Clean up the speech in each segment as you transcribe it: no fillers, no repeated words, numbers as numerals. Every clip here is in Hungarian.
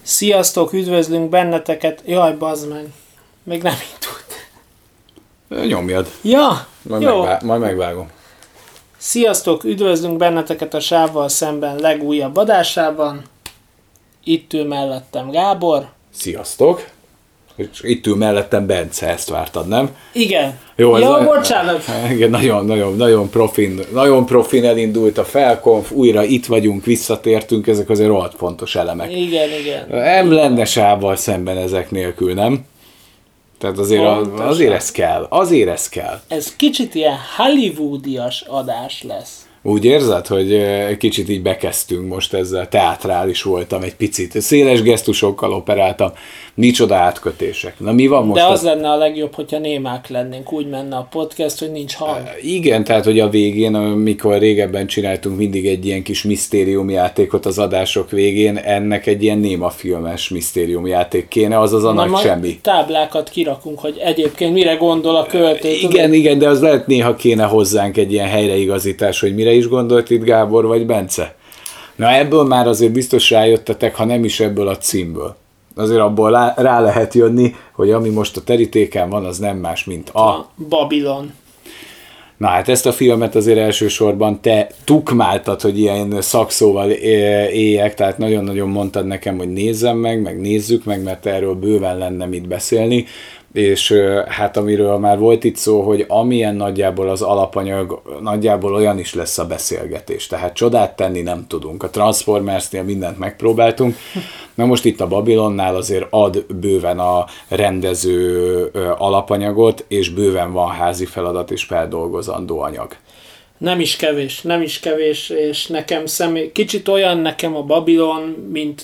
Sziasztok, üdvözlünk benneteket. Jaj, bazd meg. Még nem indult. Nyomjad. Ja, jó. Majd megvágom. Sziasztok, üdvözlünk benneteket a Sávval szemben legújabb adásában. Itt ül mellettem Gábor. Sziasztok. És itt ül mellettem Bence, ezt vártad, nem? Igen. Jó, bocsánat. Igen, nagyon profin elindult a felkonf, újra itt vagyunk, visszatértünk, ezek azért rohadt fontos elemek. Igen. Nem lenne Sávval szemben ezek nélkül, nem? Tehát azért ez kell. Ez kicsit ilyen hollywoodias adás lesz. Úgy érzed, hogy egy kicsit így bekezdtünk most ezzel, teátrális voltam egy picit, széles gesztusokkal operáltam, micsoda átkötések. Na mi van most? De az lenne a legjobb, hogyha némák lennénk, úgy menne a podcast, hogy nincs hang. Igen, tehát hogy a végén, amikor régebben csináltunk mindig egy ilyen kis misztériumjátékot az adások végén, ennek egy ilyen némafilmes misztériumjáték kéne, azaz a nagy semmi. Táblákat kirakunk, hogy egyébként mire gondol a költő. Igen, de az lehet néha kéne hozzánk egy ilyen helyreigazítás, hogy mire is gondolt itt Gábor vagy Bence. Na ebből már azért biztos rájöttetek, ha nem is ebből a címből. Azért abból rá lehet jönni, hogy ami most a terítéken van, az nem más, mint a Babilon. Na hát ezt a filmet azért elsősorban te tukmáltad, hogy ilyen szakszóval éljek, tehát nagyon-nagyon mondtad nekem, hogy nézzem meg nézzük meg, mert erről bőven lenne mit beszélni, és hát amiről már volt itt szó, hogy amilyen nagyjából az alapanyag, nagyjából olyan is lesz a beszélgetés. Tehát csodát tenni nem tudunk. A Transformersnél mindent megpróbáltunk. Na most itt a Babilonnál azért ad bőven a rendező alapanyagot, és bőven van házi feladat és feldolgozandó anyag. Nem is kevés, és nekem kicsit olyan nekem a Babilon, mint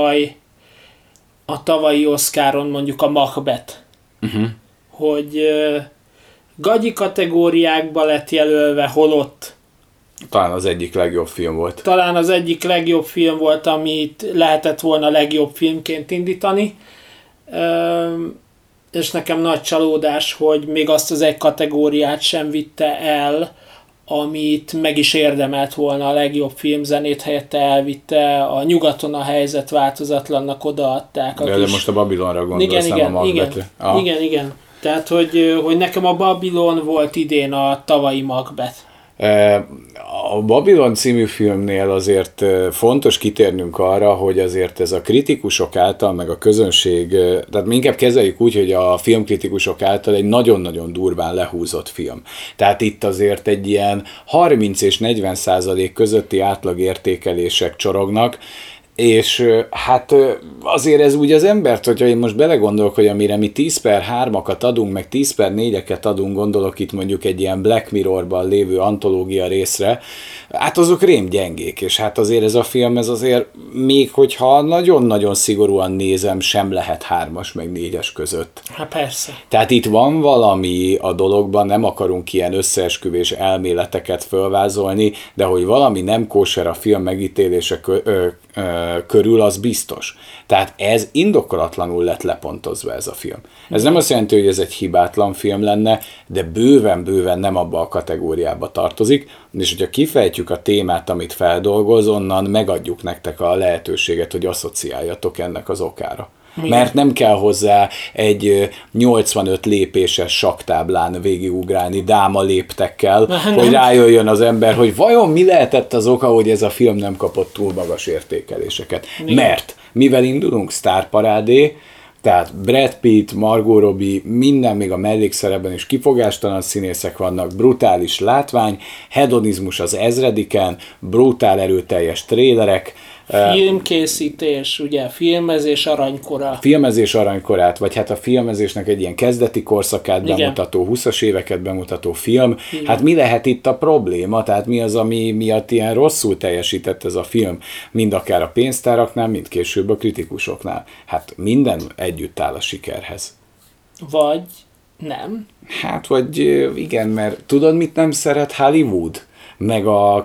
a tavalyi Oscaron mondjuk a Macbeth. Hogy gagyi kategóriákba lett jelölve, holott talán az egyik legjobb film volt. Amit lehetett volna legjobb filmként indítani. És nekem nagy csalódás, hogy még azt az egy kategóriát sem vitte el, amit meg is érdemelt volna, a legjobb filmzenét helyette elvitte, a Nyugaton a helyzet változatlannak odaadták. De most a Babilonra gondolsz, nem a Macbethre. Igen. Tehát, hogy nekem a Babilon volt idén a tavalyi Macbeth. A Babilon című filmnél azért fontos kitérnünk arra, hogy azért ez a kritikusok által, meg a közönség, tehát mi inkább kezeljük úgy, hogy a filmkritikusok által egy nagyon-nagyon durván lehúzott film. Tehát itt azért egy ilyen 30 és 40% közötti átlagértékelések csorognak, és hát azért ez úgy az embert, hogyha én most belegondolok, hogy amire mi 10/3-akat adunk, meg 10/4-eket adunk, gondolok itt mondjuk egy ilyen Black Mirrorban lévő antológia részre, hát azok rémgyengék, és hát azért ez a film, ez azért még hogyha nagyon-nagyon szigorúan nézem, sem lehet 3-as meg 4-es között. Hát persze. Tehát itt van valami a dologban, nem akarunk ilyen összeesküvés elméleteket fölvázolni, de hogy valami nem kóser a film megítélése körül, az biztos. Tehát ez indokolatlanul lett lepontozva ez a film. Ez nem azt jelenti, hogy ez egy hibátlan film lenne, de bőven nem abba a kategóriába tartozik, és hogyha kifejtjük a témát, amit feldolgoz, onnan megadjuk nektek a lehetőséget, hogy asszociáljatok ennek az okára. Mert nem kell hozzá egy 85 lépéses saktáblán végigugrálni dáma léptekkel, hogy rájöjjön az ember, hogy vajon mi lehetett az oka, hogy ez a film nem kapott túl magas értékeléseket. Igen. Mert mivel indulunk, sztárparádé, tehát Brad Pitt, Margot Robbie, minden, még a mellékszerepben is kifogástalan színészek vannak, brutális látvány, hedonizmus az ezrediken, brutál erőteljes trélerek, filmkészítés, ugye, filmezés aranykora. Filmezés aranykorát, vagy hát a filmezésnek egy ilyen kezdeti korszakát bemutató, 20-as éveket bemutató film. Igen. Hát mi lehet itt a probléma? Tehát mi az, ami miatt ilyen rosszul teljesített ez a film? Mind akár a pénztáraknál, mind később a kritikusoknál. Hát minden együtt áll a sikerhez. Vagy nem. Hát, vagy igen, mert tudod, mit nem szeret Hollywood? Meg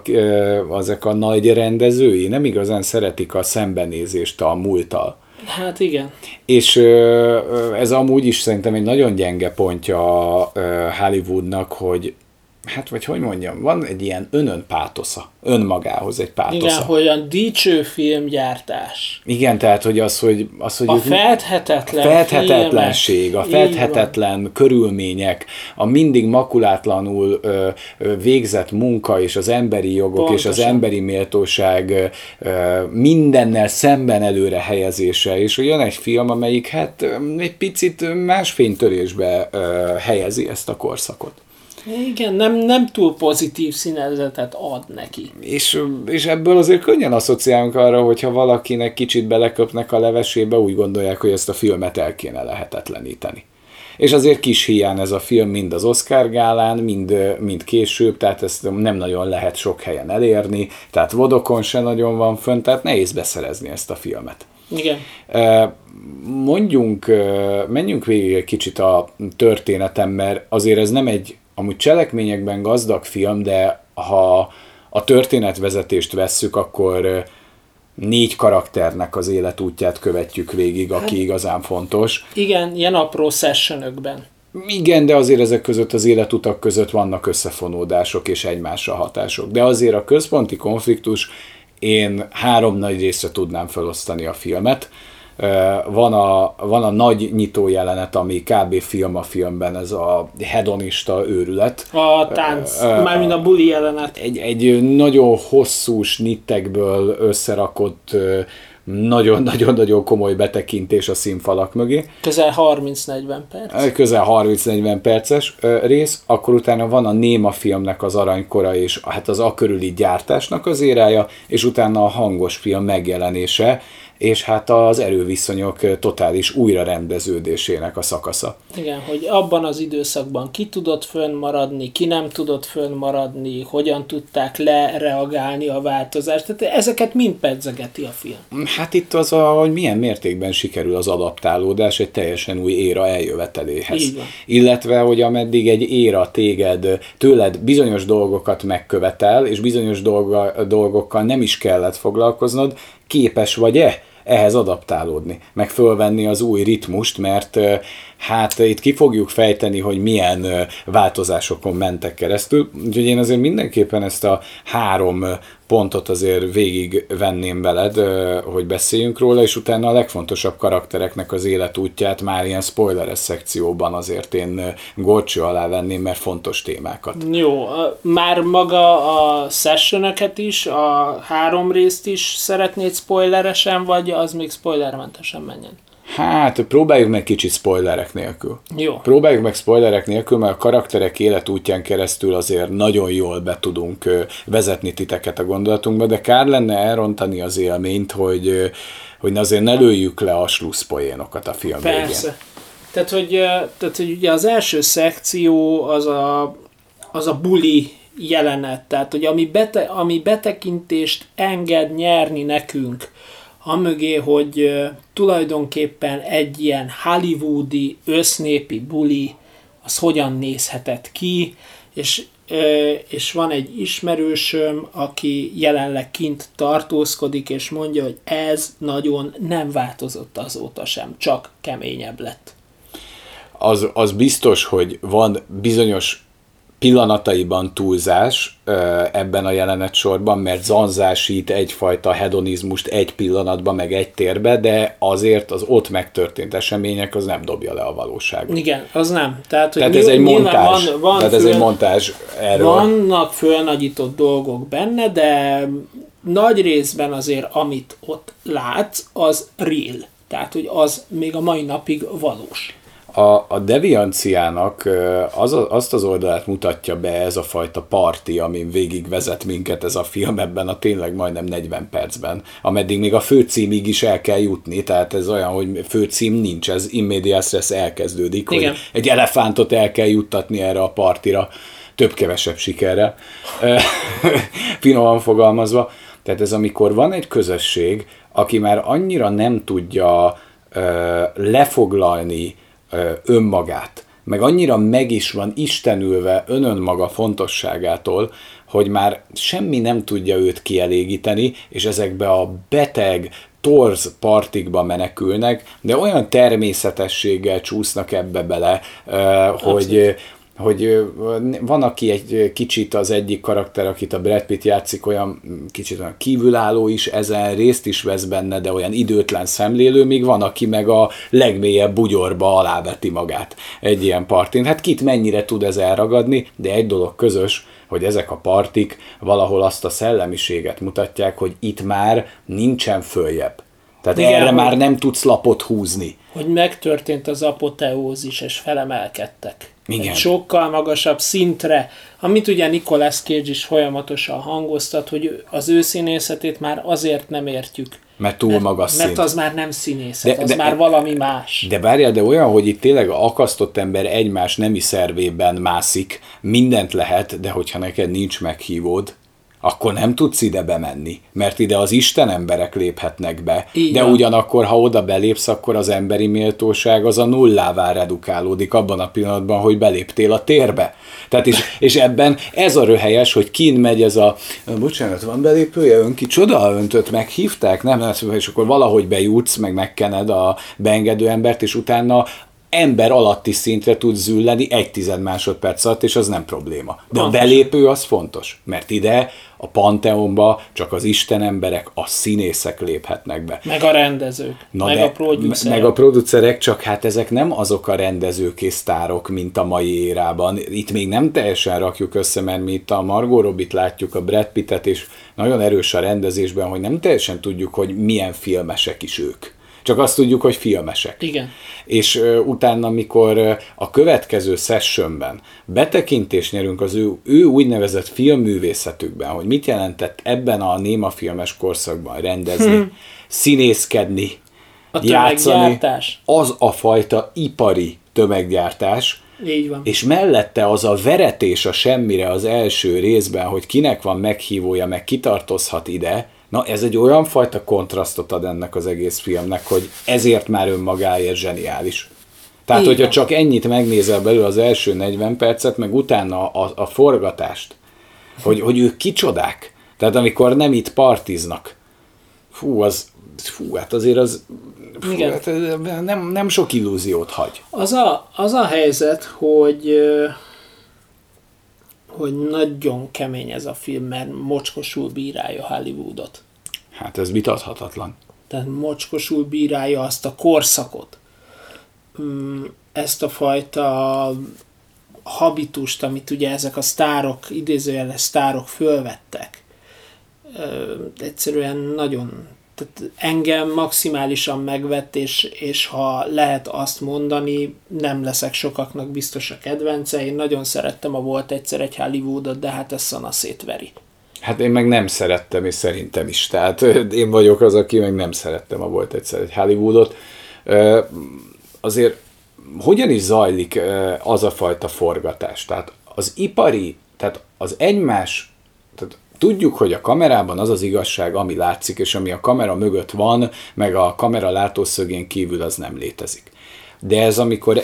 azok a nagy rendezői nem igazán szeretik a szembenézést a múlttal. Hát igen. És ez amúgy is szerintem egy nagyon gyenge pontja Hollywoodnak, hogy hát vagy hogy mondjam, van egy ilyen pátosza, önmagához egy pátosza. Igen, hogy a dicső filmgyártás. Igen, tehát hogy hogy a fedhetetlenség, a fedhetetlen körülmények, a mindig makulátlanul végzett munka és az emberi jogok pontosan. És az emberi méltóság mindennel szemben előre helyezése, és jön egy film, amelyik hát egy picit más fénytörésbe helyezi ezt a korszakot. Igen, nem túl pozitív színezetet ad neki. És ebből azért könnyen asszociálunk arra, hogyha valakinek kicsit beleköpnek a levesébe, úgy gondolják, hogy ezt a filmet el kéne lehetetleníteni. És azért kis hiány ez a film mind az Oscar gálán, mind később, tehát ezt nem nagyon lehet sok helyen elérni, tehát Vodokon se nagyon van fönn, tehát nehéz beszerezni ezt a filmet. Igen. Menjünk végig egy kicsit a történetem, mert azért ez nem egy amúgy cselekményekben gazdag film, de ha a történetvezetést vesszük, akkor 4 karakternek az életútját követjük végig, aki igazán fontos. Igen, ilyen apró sessionökben. Igen, de azért ezek között az életutak között vannak összefonódások és egymásra hatások. De azért a központi konfliktus, én 3 nagy részre tudnám felosztani a filmet. Van a nagy nyitó jelenet, ami kb. Film a filmben, ez a hedonista őrület. A tánc, mármint a buli jelenet. Egy nagyon hosszú snittekből összerakott, nagyon-nagyon komoly betekintés a színfalak mögé. Közel 30-40 perc. Közel 30-40 perces rész, akkor utána van a néma filmnek az aranykora, és hát az akörüli gyártásnak az érája, és utána a hangos film megjelenése, és hát az erőviszonyok totális újrarendeződésének a szakasza. Igen, hogy abban az időszakban ki tudott fönnmaradni, ki nem tudott fönnmaradni, hogyan tudták lereagálni a változást, tehát ezeket mind pedzegeti a film. Hát itt az, hogy milyen mértékben sikerül az adaptálódás egy teljesen új éra eljöveteléhez. Illetve, hogy ameddig egy éra tőled bizonyos dolgokat megkövetel, és bizonyos dolgokkal nem is kellett foglalkoznod, képes vagy-e ehhez adaptálódni, meg fölvenni az új ritmust, mert hát itt ki fogjuk fejteni, hogy milyen változásokon mentek keresztül, úgyhogy én azért mindenképpen ezt a 3 pontot azért végig venném veled, hogy beszéljünk róla, és utána a legfontosabb karaktereknek az életútját már ilyen spoileres szekcióban azért én górcső alá venném, mert fontos témákat. Jó, már maga a sessionöket is, a 3 részt is szeretnéd spoileresen, vagy az még spoilermentesen menjen? Hát, próbáljuk meg kicsit spoilerek nélkül. Jó. Próbáljuk meg spoilerek nélkül, mert a karakterek életútján keresztül azért nagyon jól be tudunk vezetni titeket a gondolatunkba, de kár lenne elrontani az élményt, hogy azért ne lőjük le a slusszpoénokat a film végén. Persze. Tehát, hogy ugye az első szekció az a buli jelenet, tehát, hogy ami betekintést enged nyerni nekünk, amögé, hogy tulajdonképpen egy ilyen hollywoodi, össznépi buli, az hogyan nézhetett ki, és van egy ismerősöm, aki jelenleg kint tartózkodik, és mondja, hogy ez nagyon nem változott azóta sem, csak keményebb lett. Az biztos, hogy van bizonyos pillanataiban túlzás ebben a jelenetsorban, mert zanzásít egyfajta hedonizmust egy pillanatban, meg egy térbe, de azért az ott megtörtént események az nem dobja le a valóságot. Igen, az nem. Tehát ez egy montázs. Ez egy montázs erről. Vannak fölnagyított dolgok benne, de nagy részben azért, amit ott látsz, az real. Tehát, hogy az még a mai napig valós. A devianciának azt az oldalát mutatja be ez a fajta parti, amin végig vezet minket ez a film ebben a tényleg majdnem 40 percben, ameddig még a főcímig is el kell jutni, tehát ez olyan, hogy főcím nincs, ez in medias res elkezdődik, igen. Hogy egy elefántot el kell juttatni erre a partira, több-kevesebb sikerrel, finoman fogalmazva. Tehát ez amikor van egy közösség, aki már annyira nem tudja lefoglalni önmagát, meg annyira meg is van istenülve önmaga fontosságától, hogy már semmi nem tudja őt kielégíteni, és ezekbe a beteg, torz partikba menekülnek, de olyan természetességgel csúsznak ebbe bele, hogy van, aki egy kicsit az egyik karakter, akit a Brad Pitt játszik, olyan kicsit olyan kívülálló is, ezen részt is vesz benne, de olyan időtlen szemlélő, míg van, aki meg a legmélyebb bugyorba aláveti magát egy ilyen partin. Hát kit mennyire tud ez elragadni, de egy dolog közös, hogy ezek a partik valahol azt a szellemiséget mutatják, hogy itt már nincsen följebb. Tehát igen, erre már nem tudsz lapot húzni. Hogy megtörtént az apoteózis, és felemelkedtek. Igen. Egy sokkal magasabb szintre, amit ugye Nicolas Cage is folyamatosan hangoztat, hogy az ő színészetét már azért nem értjük. Mert túl magas szint. Mert az már nem színészet, az már valami más. De várjál, de olyan, hogy itt tényleg a akasztott ember egymás nemi szervében mászik, mindent lehet, de hogyha neked nincs meghívód, akkor nem tudsz ide bemenni, mert ide az Isten emberek léphetnek be. Igen. De ugyanakkor, ha oda belépsz, akkor az emberi méltóság az a nullává redukálódik abban a pillanatban, hogy beléptél a térbe. Tehát és ebben ez a röhelyes, hogy kint megy ez a, bocsánat, van belépője, ön ki csoda, öntött meghívták, nem? És akkor valahogy bejutsz, meg megkened a beengedő embert, és utána ember alatti szintre tud zülleni 1/10 másodperc alatt, és az nem probléma. De a belépő az fontos, mert ide a Pantheonba csak az Isten emberek, a színészek léphetnek be. Meg a rendezők, a producerek. Meg a producerek, csak hát ezek nem azok a rendezők és sztárok, mint a mai érában. Itt még nem teljesen rakjuk össze, mert mi itt a Margot Robbie-t látjuk, a Brad Pittet, és nagyon erős a rendezésben, hogy nem teljesen tudjuk, hogy milyen filmesek is ők. Csak azt tudjuk, hogy filmesek. Igen. És utána, amikor a következő sessionben betekintést nyerünk az ő úgynevezett filmművészetükben, hogy mit jelentett ebben a némafilmes korszakban rendezni, színészkedni, játszani, az a fajta ipari tömeggyártás, így van. És mellette az a veretés a semmire az első részben, hogy kinek van meghívója, meg kitartozhat ide, na ez egy olyan fajta kontrasztot ad ennek az egész filmnek, hogy ezért már önmagáért zseniális. Tehát, hogyha csak ennyit megnézel belőle az első 40 percet, meg utána a forgatást, hogy ők kicsodák. Tehát amikor nem itt partiznak, hát azért az hát nem sok illúziót hagy. Az a helyzet, hogy nagyon kemény ez a film, mert mocskosul bírálja Hollywoodot. Hát ez vitathatatlan. Tehát mocskosul bírálja azt a korszakot, ezt a fajta habitust, amit ugye ezek a sztárok, idézőjeles sztárok fölvettek. Egyszerűen nagyon, tehát engem maximálisan megvett, és ha lehet azt mondani, nem leszek sokaknak biztos a kedvence. Én nagyon szerettem a Volt egyszer egy Hollywoodot, de hát ez szanaszét veri. Hát én meg nem szerettem, és szerintem is. Tehát én vagyok az, aki meg nem szerettem a Volt egyszer egy Hollywoodot. Azért hogyan is zajlik az a fajta forgatás? Tehát az ipari, tehát az egymás, tehát tudjuk, hogy a kamerában az az igazság, ami látszik, és ami a kamera mögött van, meg a kamera látószögén kívül az nem létezik. De ez amikor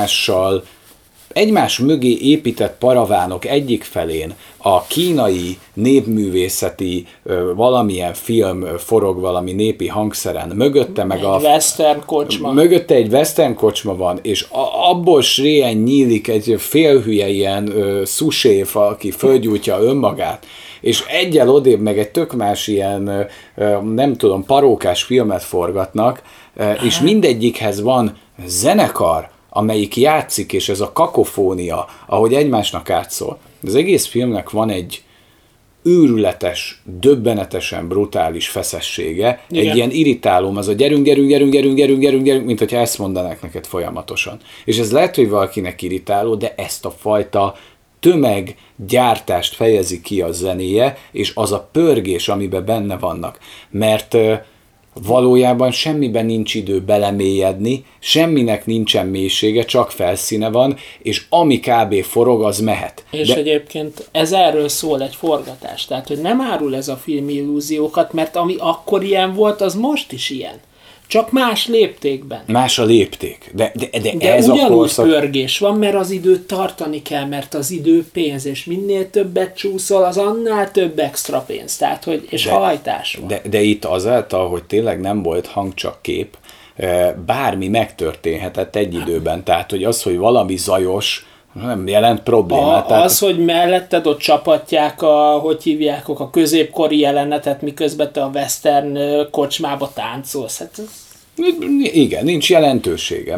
egymás mögé épített paravánok egyik felén a kínai népművészeti valamilyen film forog valami népi hangszeren, mögötte meg mögötte egy western kocsma van, és abból sréjen nyílik egy félhülye ilyen szuséf, aki fölgyújtja önmagát, és egyel odébb meg egy tök más ilyen, nem tudom, parókás filmet forgatnak, és mindegyikhez van zenekar, amelyik játszik, és ez a kakofónia, ahogy egymásnak átszól. Az egész filmnek van egy őrületes, döbbenetesen brutális feszessége, igen. Egy ilyen irritálóm, az a gyerünk, mint hogyha ezt mondanák neked folyamatosan. És ez lehet, hogy valakinek irritáló, de ezt a fajta tömeggyártást fejezi ki a zenéje, és az a pörgés, amiben benne vannak. Mert valójában semmiben nincs idő belemélyedni, semminek nincsen mélysége, csak felszíne van, és ami kb. Forog, az mehet. És egyébként ez erről szól egy forgatás, tehát hogy nem árul ez a film illúziókat, mert ami akkor ilyen volt, az most is ilyen. Csak más léptékben. Más a lépték. De ez ugyanúgy a korszak... pörgés van, mert az időt tartani kell, mert az idő pénz, és minél többet csúszol, az annál több extra pénz. Tehát, hogy, és hajtás van. De itt azáltal, hogy tényleg nem volt hang, csak kép, bármi megtörténhetett egy időben. Tehát, hogy az, hogy valami zajos, Nem jelent problémát. Az, hogy melletted ott csapatják hogy hívják, a középkori jelenetet, miközben te a western kocsmába táncolsz. Hát igen, nincs jelentősége,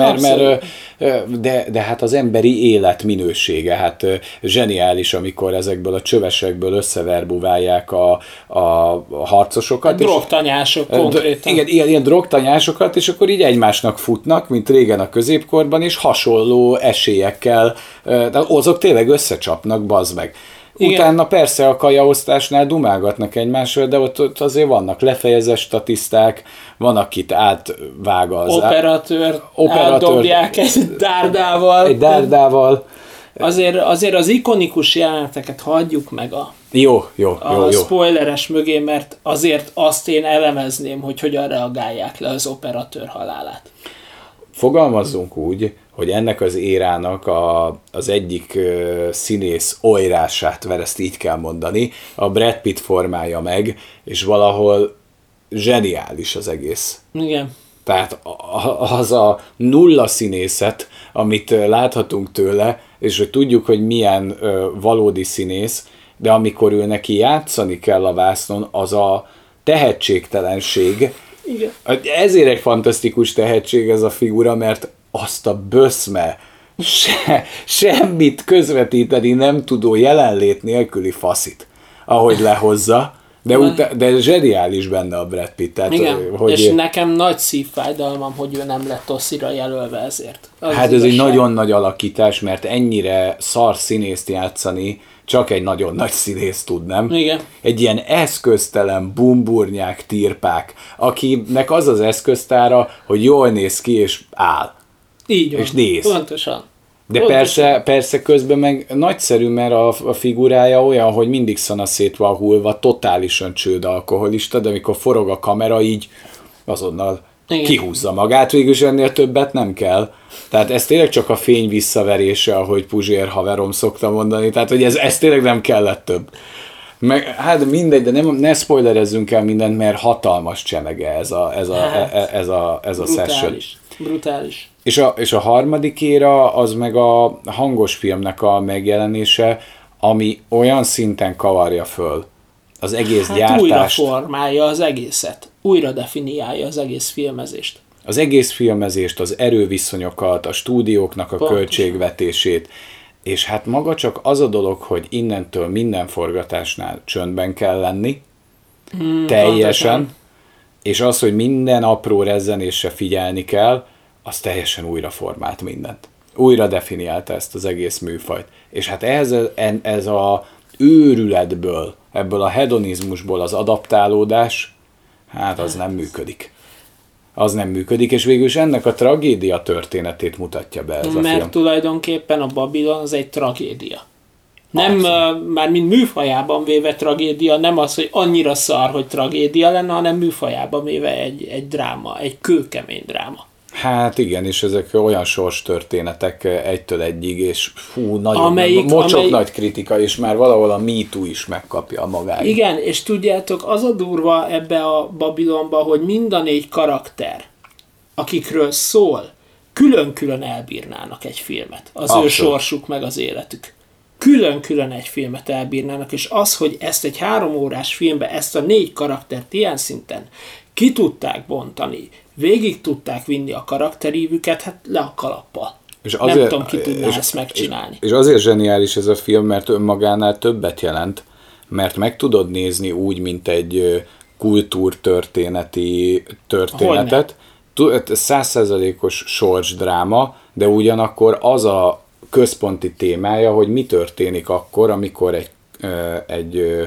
de hát az emberi élet minősége, hát zseniális, amikor ezekből a csövesekből összeverbuválják a harcosokat. Drogtanyások konkrétan. Igen, ilyen drogtanyásokat, és akkor így egymásnak futnak, mint régen a középkorban, és hasonló esélyekkel, de azok tényleg összecsapnak, bazd meg. Igen. Utána persze a kajaosztásnál dumálgatnak egymásról, de ott azért vannak lefejezett statiszták, van, akit átvág az operatőr átdobják egy dárdával. Egy dárdával. Azért az ikonikus jeleneteket hagyjuk meg a jó. spoileres mögé, mert azért azt én elemezném, hogy hogyan reagálják le az operatőr halálát. Fogalmazzunk úgy, hogy ennek az érának az egyik színész olyrását, mert ezt így kell mondani, a Brad Pitt formálja meg, és valahol zseniális az egész. Igen. Tehát az a nulla színészet, amit láthatunk tőle, és hogy tudjuk, hogy milyen valódi színész, de amikor ő neki játszani kell a vásznon, az a tehetségtelenség. Igen. Ezért egy fantasztikus tehetség ez a figura, mert azt a böszme, semmit közvetíteni nem tudó jelenlét nélküli faszit, ahogy lehozza, de zseniális benne a Brad Pitt. Tehát, igen, és nekem nagy szívfájdalmam, hogy ő nem lett Oscara jelölve ezért. Hát ez egy nagyon nagy alakítás, mert ennyire szar színészt játszani csak egy nagyon nagy színész tud, nem? Igen. Egy ilyen eszköztelen bumburnyák, tirpák, akinek az az eszköztára, hogy jól néz ki és áll. Így van. És néz. Pontosan. De persze közben meg nagyszerű, mert a figurája olyan, hogy mindig szanaszét van hullva, totálisan csőd alkoholista, de amikor forog a kamera, így azonnal kihúzza magát, végülis ennél többet nem kell. Tehát ez tényleg csak a fény visszaverése, ahogy Puzsér haverom szokta mondani, tehát hogy ez tényleg nem kellett több. Hát mindegy, de ne spoilerezzünk el mindent, mert hatalmas csemege ez a session. Brutális. És a harmadik éra az meg a hangos filmnek a megjelenése, ami olyan szinten kavarja föl az egész gyártást. Újra formálja az egészet. Újra definiálja az egész filmezést. Az egész filmezést, az erőviszonyokat, a stúdióknak a költségvetését. És hát maga csak az a dolog, hogy innentől minden forgatásnál csöndben kell lenni, teljesen, pontosan. És az, hogy minden apró rezzenésre figyelni kell, az teljesen újra formált mindent. Újra definiálta ezt az egész műfajt. És hát ez a őrületből, ebből a hedonizmusból az adaptálódás, hát az nem működik. Az nem működik, és végül is ennek a tragédia történetét mutatja be ez a film. Mert tulajdonképpen a Babylon az egy tragédia. Nem, már mint műfajában véve tragédia, nem az, hogy annyira szar, hogy tragédia lenne, hanem műfajában véve egy dráma, egy kőkemény dráma. Hát igen, és ezek olyan sorstörténetek egytől egyig, és nagyon nagy kritika, és már valahol a Me Too is megkapja a magáit. Igen, és tudjátok, az a durva ebbe a Babylonba, hogy mind a 4 karakter, akikről szól, külön-külön elbírnának egy filmet. Az Abszolút. Ő sorsuk meg az életük. Külön-külön egy filmet elbírnának, és az, hogy ezt egy 3 órás filmbe, ezt a 4 karaktert ilyen szinten ki tudták bontani, végig tudták vinni a karakterívüket, hát le a kalappal. És azért, nem tudom, ki tudná ezt megcsinálni. És azért zseniális ez a film, mert önmagánál többet jelent, mert meg tudod nézni úgy, mint egy kultúrtörténeti történetet. 100%-os sorsdráma, de ugyanakkor az a központi témája, hogy mi történik akkor, amikor egy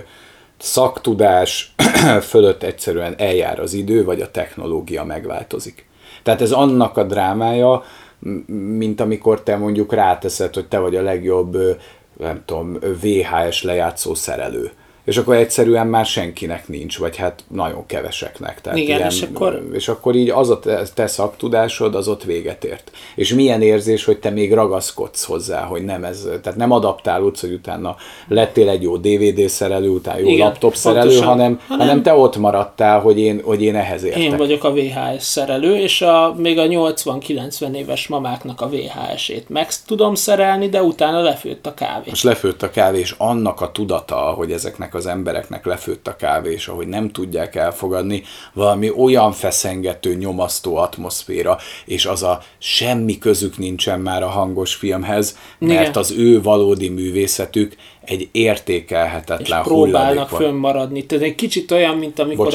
szaktudás fölött egyszerűen eljár az idő, vagy a technológia megváltozik. Tehát ez annak a drámája, mint amikor te mondjuk ráteszed, hogy te vagy a legjobb, nem tudom, VHS lejátszó szerelő. és akkor egyszerűen már senkinek nincs, vagy hát nagyon keveseknek. Tehát igen, ilyen, és akkor így az a te szaktudásod, az ott véget ért. És milyen érzés, hogy te még ragaszkodsz hozzá, hogy nem ez, tehát nem adaptálódsz, hogy utána lettél egy jó DVD szerelő, utána jó laptop szerelő, hanem te ott maradtál, hogy én ehhez értek. Én vagyok a VHS szerelő, és még a 80-90 éves mamáknak a VHS-ét meg tudom szerelni, de utána lefőtt a kávé. Most lefőtt a kávé, és annak a tudata, hogy ezeknek az embereknek lefőtt a kávé, és ahogy nem tudják elfogadni, valami olyan feszengető, nyomasztó atmoszféra, és az a semmi közük nincsen már a hangos filmhez, mert igen, az ő valódi művészetük egy értékelhetetlen hulladék van. És próbálnak fönnmaradni. Tehát egy kicsit olyan, mint amikor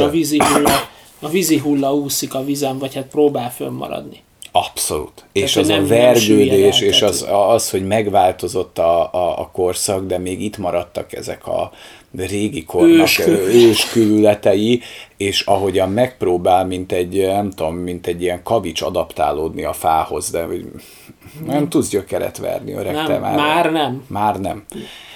a vízihulla úszik a vízen, vagy hát próbál fönnmaradni. Abszolút. Tehát és az a vergődés, és az, hogy megváltozott a korszak, de még itt maradtak ezek a régi kornak őskülületei, és ahogyan megpróbál, mint egy ilyen kavics adaptálódni a fához, de nem tudsz gyökeret verni, öreg, nem, te már nem. Már nem.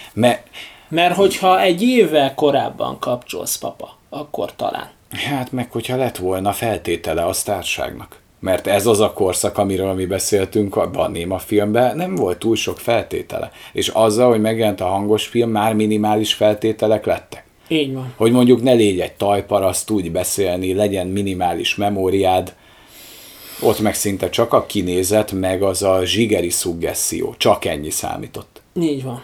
Mert hogyha egy évvel korábban kapcsolsz, papa, akkor talán. Hát meg, hogyha lett volna feltétele a sztárságnak. Mert ez az a korszak, amiről mi beszéltünk abban a Néma filmben, nem volt túl sok feltétele. És azzal, hogy megjelent a hangos film, már minimális feltételek lettek. Így van. Hogy mondjuk ne légy egy tajparaszt, tudj beszélni, legyen minimális memóriád, ott meg szinte csak a kinézet, meg az a zsigeri szuggesszió, csak ennyi számított. Így van.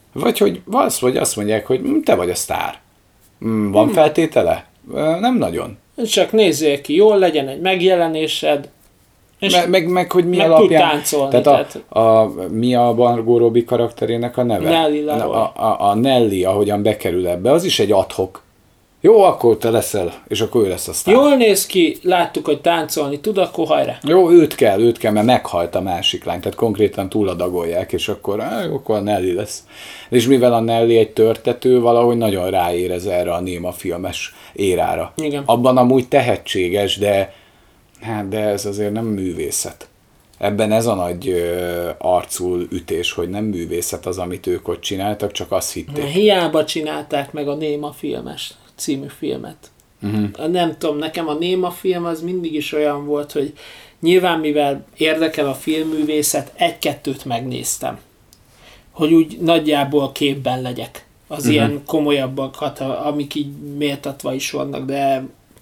Vagy azt mondják, hogy te vagy a sztár. Van feltétele? Nem nagyon. Csak nézzél ki jól, legyen egy megjelenésed, és meg hogy mi meg alapján... táncolni. Tehát mi a Margot Robbie karakterének a neve? Nelly a Nelly, ahogyan bekerül ebbe, az is egy ad-hoc. Jó, akkor te leszel, és akkor ő lesz a sztár. Jól néz ki, láttuk, hogy táncolni tud, akkor hajrá. Jó, őt kell, mert meghalt a másik lány, tehát konkrétan túladagolják, és akkor a Nelly lesz. És mivel a Nelly egy törtető, valahogy nagyon ráérez erre a Néma filmes érára. Igen. Abban amúgy tehetséges, de ez azért nem művészet. Ebben ez a nagy arcul ütés, hogy nem művészet az, amit ők ott csináltak, csak azt hitték. Hiába csinálták meg a Néma filmes című filmet. Nem tudom, nekem a Néma film az mindig is olyan volt, hogy nyilván mivel érdekel a filmművészet, egy-kettőt megnéztem. Hogy úgy nagyjából képben legyek. Az ilyen komolyabbakat, amik így méltatva is vannak, de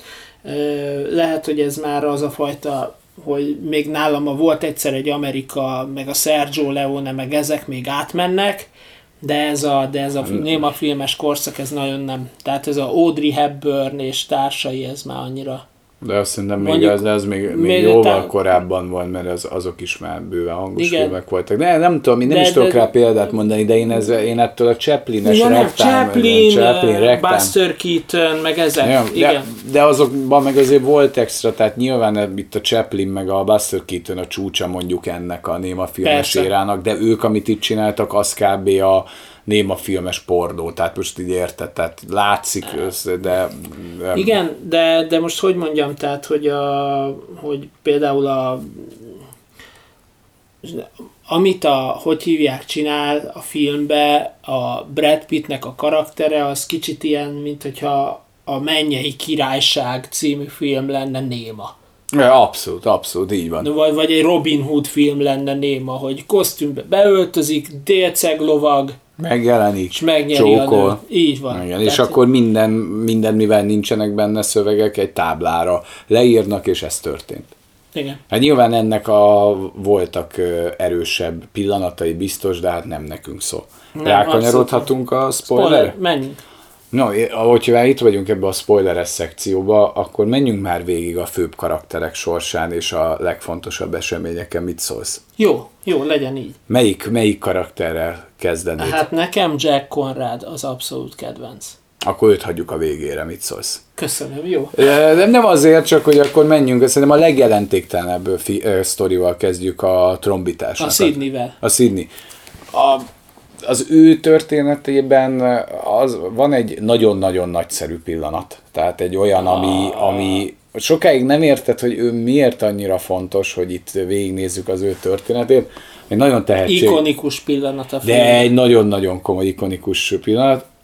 lehet, hogy ez már az a fajta, hogy még nálam volt egyszer egy Amerika, meg a Sergio Leone, meg ezek még átmennek, de ez a Néma filmes korszak, ez nagyon nem. Tehát ez a Audrey Hepburn és társai, ez már annyira... De azt szerintem még jóval korábban volt, mert azok is már bőven hangos filmek voltak. De nem tudom, én nem is tudok rá példát mondani, de én ettől a Chaplin-es Chaplin, Buster Keaton, meg ezek. Ja, de azokban meg azért volt extra, tehát nyilván itt a Chaplin meg a Buster Keaton a csúcsa mondjuk ennek a Néma filmes érának, de ők, amit itt csináltak, az kb. A Néma filmes pornó, tehát most így érted, tehát látszik, de... Igen, de most hogy mondjam, tehát, hogy például amit hogy hívják, csinál a filmbe, a Brad Pittnek a karaktere, az kicsit ilyen, mint hogyha a Mennyei Királyság című film lenne néma. Ja, abszolút, így van. Vagy egy Robin Hood film lenne néma, hogy kosztümbe beöltözik, délceglovag, megjelenik, és megnyeri a nőt. Így van. Igen, és akkor minden, mivel nincsenek benne szövegek, egy táblára leírnak, és ez történt. Igen. Hát nyilván ennek voltak erősebb pillanatai biztos, de hát nem nekünk szó. Rákanyarodhatunk a spoilerre? Menjünk. No, ahogyha itt vagyunk ebbe a spoileres szekcióba, akkor menjünk már végig a főbb karakterek sorsán és a legfontosabb eseményeken. Mit szólsz? Jó, legyen így. Melyik karakterrel kezdenéd? Hát nekem Jack Conrad az abszolút kedvenc. Akkor őt hagyjuk a végére, mit szólsz? Köszönöm, jó. De nem azért, csak hogy akkor menjünk, szerintem a legjelentéktelenebb sztorival kezdjük, a trombitásnak. A Sydney-vel. A Sydney. Az ő történetében van egy nagyon-nagyon nagyszerű pillanat. Tehát egy olyan, ami sokáig nem érted, hogy ő miért annyira fontos, hogy itt végignézzük az ő történetét. Egy nagyon Ikonikus pillanat a film. De egy nagyon-nagyon komoly ikonikus pillanat.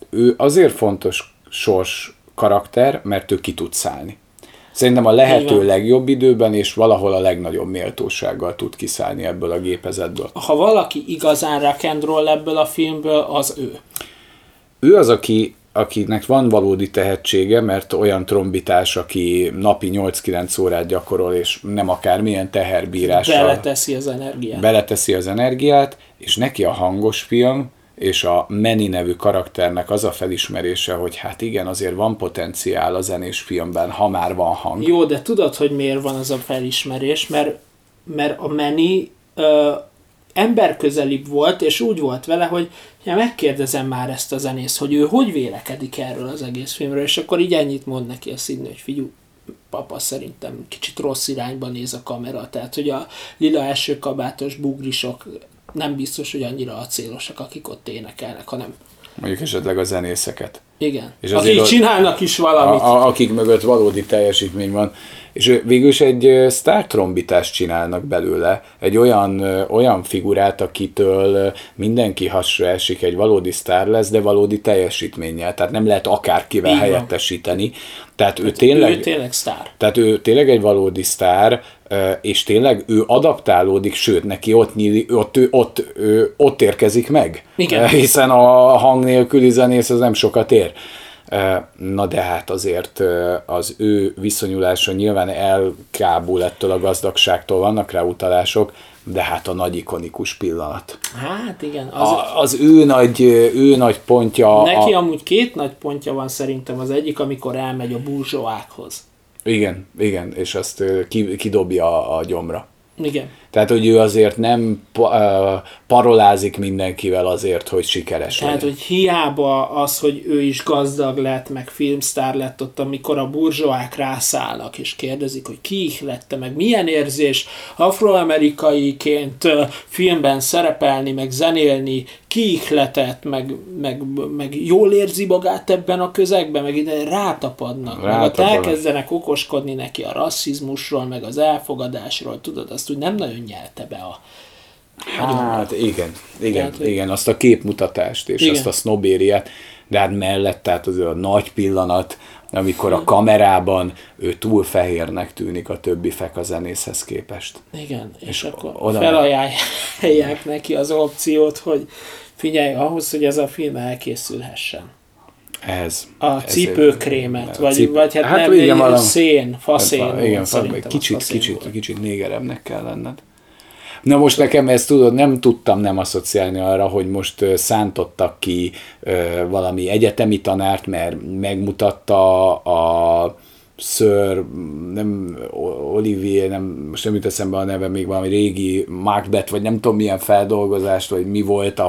ő azért fontos sors karakter, mert ő ki tud szállni. Szerintem a lehető legjobb időben, és valahol a legnagyobb méltósággal tud kiszállni ebből a gépezetből. Ha valaki igazán rock and roll ebből a filmből, az ő. Ő az, akinek van valódi tehetsége, mert olyan trombitás, aki napi 8-9 órát gyakorol, és nem akármilyen teherbírással. Beleteszi az energiát, és neki a hangos film, és a Manny nevű karakternek az a felismerése, hogy hát igen, azért van potenciál a zenés filmben, ha már van hang. Jó, de tudod, hogy miért van az a felismerés? Mert a Manny emberközelibb volt, és úgy volt vele, hogy megkérdezem már ezt a zenész, hogy ő hogy vélekedik erről az egész filmről, és akkor így ennyit mond neki a Sidney, hogy figyelj, papa, szerintem kicsit rossz irányba néz a kamera, tehát hogy a lila esőkabátos bugrisok nem biztos, hogy annyira acélosak, akik ott énekelnek, hanem mondjuk esetleg a zenészeket. Igen. És akik csinálnak is valamit. Akik mögött valódi teljesítmény van. És végül is egy sztártrombitást csinálnak belőle. Egy olyan figurát, akitől mindenki hasra esik, egy valódi sztár lesz, de valódi teljesítménnyel. Tehát nem lehet akárkivel helyettesíteni. Tehát ő tényleg sztár. Tehát ő tényleg egy valódi sztár, és tényleg ő adaptálódik, sőt, neki ott érkezik meg. Igen. Hiszen a hang nélküli zenész az nem sokat ér. Na de hát azért az ő viszonyulása nyilván elkábul ettől a gazdagságtól, vannak rá utalások, de hát a nagy ikonikus pillanat. Hát igen. Az ő nagy pontja. Neki amúgy 2 nagy pontja van szerintem, az egyik, amikor elmegy a burzsóákhoz. Igen, és azt kidobja a gyomra. Igen. Tehát, hogy ő azért nem parolázik mindenkivel azért, hogy sikeres legyen. Tehát, hogy hiába az, hogy ő is gazdag lett, meg filmsztár lett ott, amikor a burzsóák rászállnak, és kérdezik, hogy ki ihlette, meg milyen érzés afroamerikaiként filmben szerepelni, meg zenélni, ki ihletett, meg jól érzi magát ebben a közegben, meg ide rátapadnak. Meg ott elkezdenek okoskodni neki a rasszizmusról, meg az elfogadásról, tudod, azt úgy nem nagyon nyelte be a... Hát igen, azt a képmutatást és azt a sznobériát, de hát mellett, tehát az a nagy pillanat, amikor a kamerában ő túl fehérnek tűnik a többi fekazenészhez képest. Igen, és akkor felajánlják neki az opciót, hogy figyelj, ahhoz, hogy ez a film elkészülhessen. A cipőkrémet, vagy hát nem, faszén. Igen, kicsit négeremnek kell lenned. Na most nekem ezt tudod, nem tudtam nem asszociálni arra, hogy most szántottak ki valami egyetemi tanárt, mert megmutatta a Sir, nem Olivier, nem, most nem jut eszembe a neve, még valami régi Macbeth, vagy nem tudom milyen feldolgozást, vagy mi volt,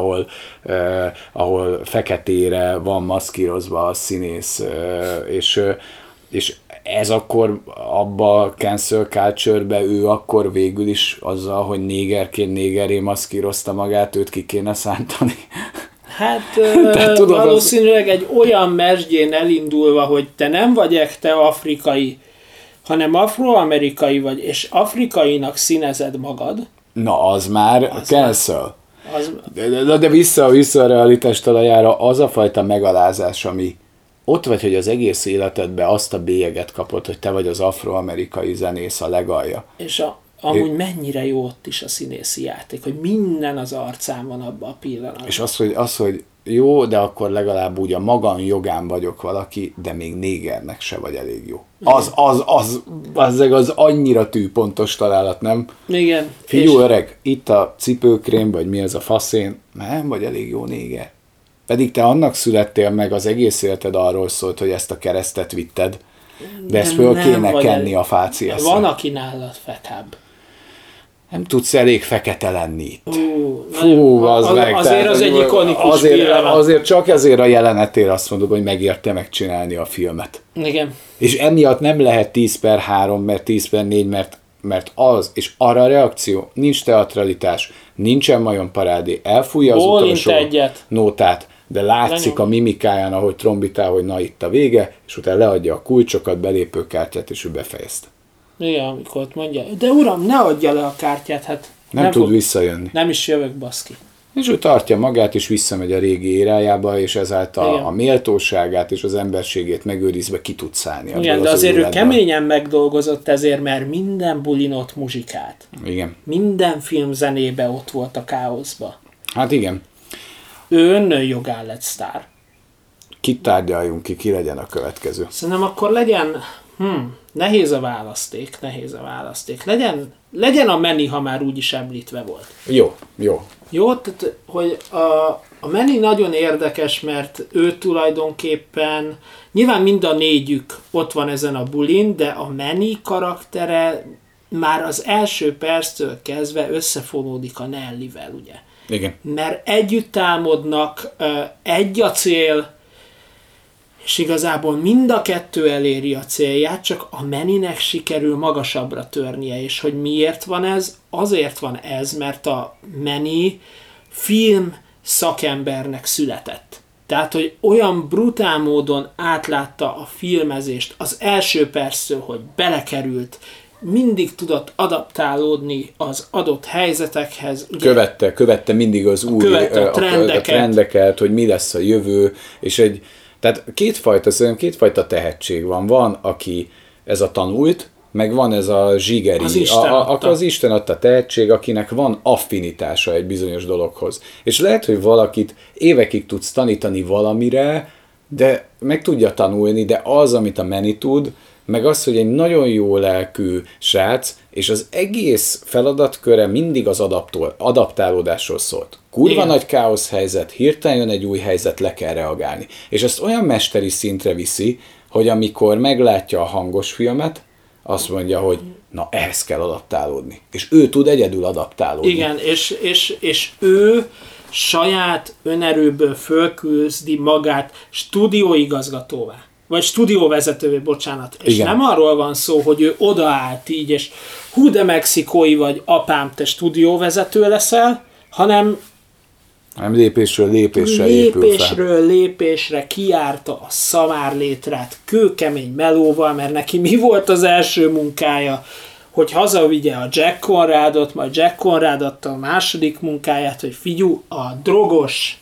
ahol feketére van maszkírozva a színész, és ez akkor abba a cancel culture-be ő akkor végül is azzal, hogy négeré maszkírozta magát, őt ki kéne szántani. Hát valószínűleg egy olyan mesdjén elindulva, hogy te nem vagy ekte afrikai, hanem afroamerikai vagy, és afrikainak színezed magad. Na, az már cancel. De vissza a realitás talajára, az a fajta megalázás, ami ott vagy, hogy az egész életedben azt a bélyeget kapod, hogy te vagy az afroamerikai zenész a legalja. És amúgy mennyire jó ott is a színészi játék, hogy minden az arcán van abban a pillanatban. És az, hogy jó, de akkor legalább úgy a magam jogán vagyok valaki, de még négernek se vagy elég jó. Az annyira tűpontos találat, nem? Igen. Figyelj öreg, itt a cipőkrém, vagy mi ez a faszén, nem vagy elég jó néger. Pedig te annak születtél meg, az egész életed arról szólt, hogy ezt a keresztet vitted, de ezt föl kéne kenni a fáciaszra. Van, aki nálad fekább. Nem tudsz elég fekete lenni itt. Azért az egy ikonikus pillanat. Azért csak ezért a jelenetére azt mondod, hogy megérte megcsinálni a filmet. Igen. És emiatt nem lehet 10/3, mert 10/4, mert az, és arra a reakció, nincs teatralitás, nincsen majomparádé, elfújja az utolsó nótát, de látszik a mimikáján, ahogy trombitál, hogy na itt a vége, és utána leadja a kulcsokat, belépőkártyát, és ő befejezte. Igen, amikor ott mondja, de uram, ne adja le a kártyát, hát nem tud visszajönni. Nem is jövök, baszki. És ő tartja magát, és visszamegy a régi érájába, és ezáltal a méltóságát és az emberségét megőrizve ki tud szállni. Igen, de azért ő keményen megdolgozott ezért, mert minden bulin ott muzsikált. Igen. Minden filmzenébe ott volt a káoszba. Hát igen. Ő önnön lett sztár. Kit tárgyaljunk ki legyen a következő? Szerintem akkor legyen, nehéz a választék. Legyen a Manny, ha már úgyis említve volt. Jó. Jó, tehát, hogy a Manny nagyon érdekes, mert ő tulajdonképpen, nyilván mind a négyük ott van ezen a bulin, de a Manny karaktere már az első perctől kezdve összefonódik a Nellyvel, ugye? Igen. Mert együtt álmodnak, egy a cél, és igazából mind a kettő eléri a célját, csak a Mannynek sikerül magasabbra törnie, és hogy miért van ez? Azért van ez, mert a Manny film szakembernek született. Tehát, hogy olyan brutál módon átlátta a filmezést az első perctől, hogy belekerült, mindig tudott adaptálódni az adott helyzetekhez. Ugye, követte mindig az új a trendeket, hogy mi lesz a jövő, és tehát kétfajta tehetség van. Van, aki ez a tanult, meg van ez a zsigeri, az Isten adta tehetség, akinek van affinitása egy bizonyos dologhoz. És lehet, hogy valakit évekig tudsz tanítani valamire, de meg tudja tanulni, de az, amit a Manny tud, meg az, hogy egy nagyon jó lelkű srác, és az egész feladatköre mindig az adaptálódásról szólt. Kurva nagy káosz helyzet, hirtelen jön egy új helyzet, le kell reagálni. És ezt olyan mesteri szintre viszi, hogy amikor meglátja a hangos filmet, azt mondja, hogy na, ehhez kell adaptálódni. És ő tud egyedül adaptálódni. Igen, és ő saját önerőből fölküzdi magát stúdióigazgatóvá. Vagy stúdióvezetővé, bocsánat. És igen. Nem arról van szó, hogy ő odaállt így, és hú de mexikói vagy, apám, te stúdióvezető leszel, hanem lépésről lépésre kiárta a szamárlétrát kőkemény melóval, mert neki mi volt az első munkája, hogy hazavigye a Jack Conradot, majd Jack Conrad adta a második munkáját, hogy figyú, a drogos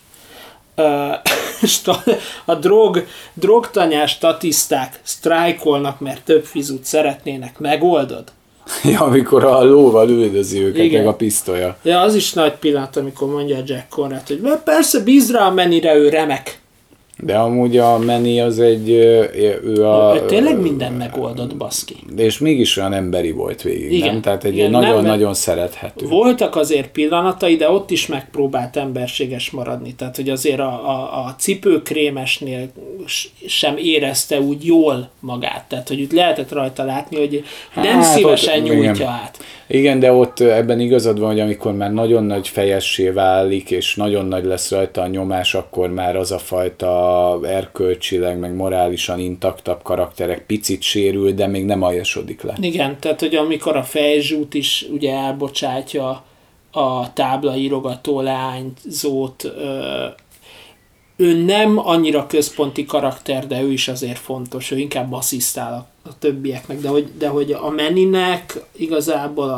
a drogtanyás statiszták sztrájkolnak, mert több fizut szeretnének, megoldod? Ja, amikor a lóval üldözi őket, igen. Meg a pisztolya. Ja, az is nagy pillanat, amikor mondja a Jack Conrad, hogy persze bízd rá a Mannyre, ő remek. De amúgy a Manny az egy... Ő tényleg minden megoldott, baszki. És mégis olyan emberi volt végig, igen, nem? Tehát egy nagyon-nagyon szerethető. Voltak azért pillanatai, de ott is megpróbált emberséges maradni. Tehát, hogy azért a cipőkrémesnél sem érezte úgy jól magát. Tehát, hogy úgy lehetett rajta látni, hogy nem szívesen nyújtja igen. át. Igen, de ott ebben igazad van, hogy amikor már nagyon nagy fejessé válik, és nagyon nagy lesz rajta a nyomás, akkor már az a fajta erkölcsileg, meg morálisan intaktabb karakterek picit sérül, de még nem aljasodik le. Igen, tehát hogy amikor a fejzsút is ugye elbocsátja a táblaírogató leányzót, ő nem annyira központi karakter, de ő is azért fontos, ő inkább asszisztál a többieknek, de hogy a Mannynek igazából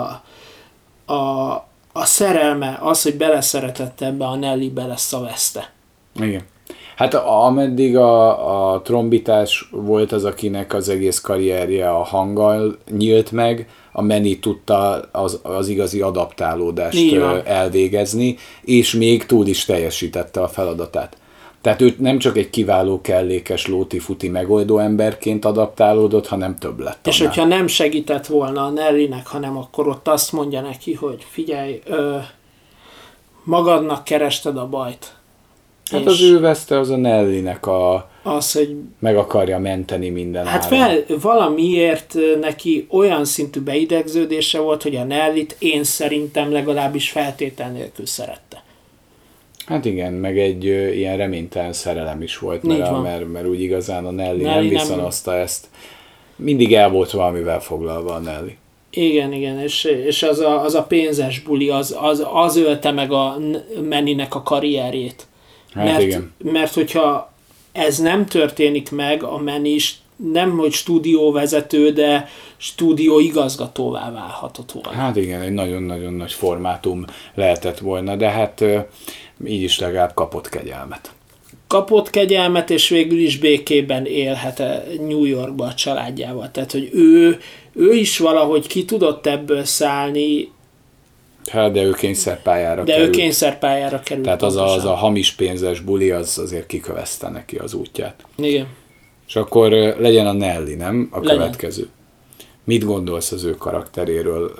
a szerelme, az, hogy beleszeretett ebbe, a Nelly beleszaveszte. Igen. Hát ameddig a trombitás volt az, akinek az egész karrierje a hanggal nyílt meg, a Manny tudta az igazi adaptálódást elvégezni, és még túl is teljesítette a feladatát. Tehát ő nem csak egy kiváló, kellékes, lóti-futi megoldó emberként adaptálódott, hanem több lett. És hogyha nem segített volna a Nellynek, hanem akkor ott azt mondja neki, hogy figyelj, magadnak kerested a bajt. Hát az ő veszte, az a Nellynek hogy meg akarja menteni minden hát valamiért neki olyan szintű beidegződése volt, hogy a Nellyt én szerintem legalábbis feltétel nélkül szerette. Hát igen, meg egy ilyen reménytelen szerelem is volt, mert úgy igazán a Nelly nem viszonozta ezt. Mindig el volt valamivel foglalva a Nelly. Igen, és az a pénzes buli, az ölte meg a Mannynek a karrierjét. Hát igen. Mert hogyha ez nem történik meg, a Manny is nem hogy stúdióvezető, de stúdióigazgatóvá válhatott volna. Hát igen, egy nagyon-nagyon nagy formátum lehetett volna, de hát így is legalább kapott kegyelmet. Kapott kegyelmet, és végül is békében élhet New Yorkba a családjával. Tehát, hogy ő is valahogy ki tudott ebből szállni. Hát, de ő kényszerpályára került. ő kényszerpályára került. Tehát az a hamis pénzes buli, az azért kikövezte neki az útját. Igen. És akkor legyen a Nelly, nem? A következő. Mit gondolsz az ő karakteréről?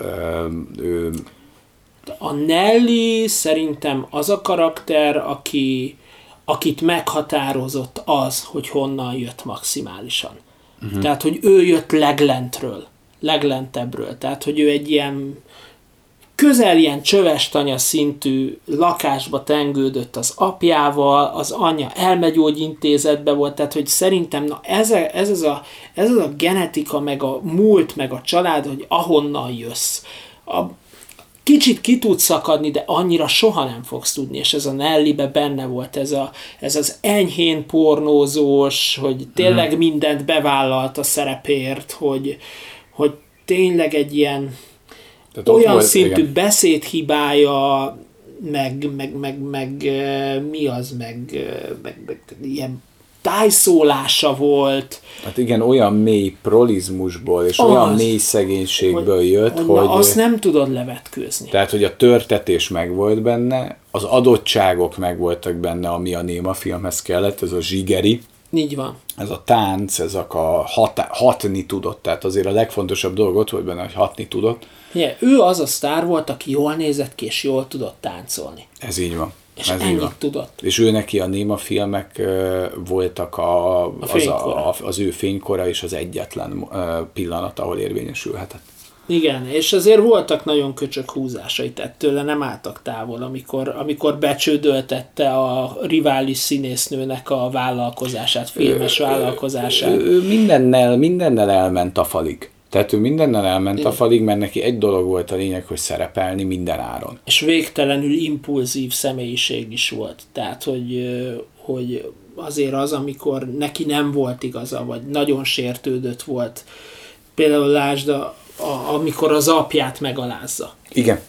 A Nelly szerintem az a karakter, akit meghatározott az, hogy honnan jött maximálisan. Uh-huh. Tehát, hogy ő jött leglentebbről. Tehát, hogy ő egy ilyen csövestanya szintű lakásba tengődött az apjával, az anyja elmegyógyintézetbe volt, tehát, hogy szerintem ez az a genetika, meg a múlt, meg a család, hogy ahonnan jössz. Kicsit ki tudsz szakadni, de annyira soha nem fogsz tudni, és ez a Nellybe benne volt, ez az enyhén pornózós, hogy tényleg mindent bevállalt a szerepért, hogy tényleg egy ilyen olyan volt, szintű igen. Beszédhibája, meg ilyen tájszólása volt. Hát igen, olyan mély prolizmusból, és olyan mély szegénységből jött, hogy azt nem tudod levetkőzni. Tehát, hogy a törtetés megvolt benne, az adottságok megvoltak benne, ami a néma filmhez kellett, ez a zsigeri. Így van. Ez a tánc, hatni tudott, tehát azért a legfontosabb dolog ott volt benne, hogy hatni tudott. Igen, ő az a sztár volt, aki jól nézett ki, és jól tudott táncolni. Ez így van. És ennyit tudott. És ő neki a néma filmek voltak az ő fénykora, és az egyetlen pillanat, ahol érvényesülhetett. Igen, és azért voltak nagyon köcsög húzásai, tehát tőle nem álltak távol, amikor becsődöltette a rivális színésznőnek a vállalkozását, filmes vállalkozását. Ő mindennel elment a falig. Tehát ő mindennel elment a falig, mert neki egy dolog volt a lényeg, hogy szerepelni minden áron. És végtelenül impulzív személyiség is volt. Tehát, hogy azért az, amikor neki nem volt igaza, vagy nagyon sértődött volt. Például lásd, amikor az apját megalázza. Igen.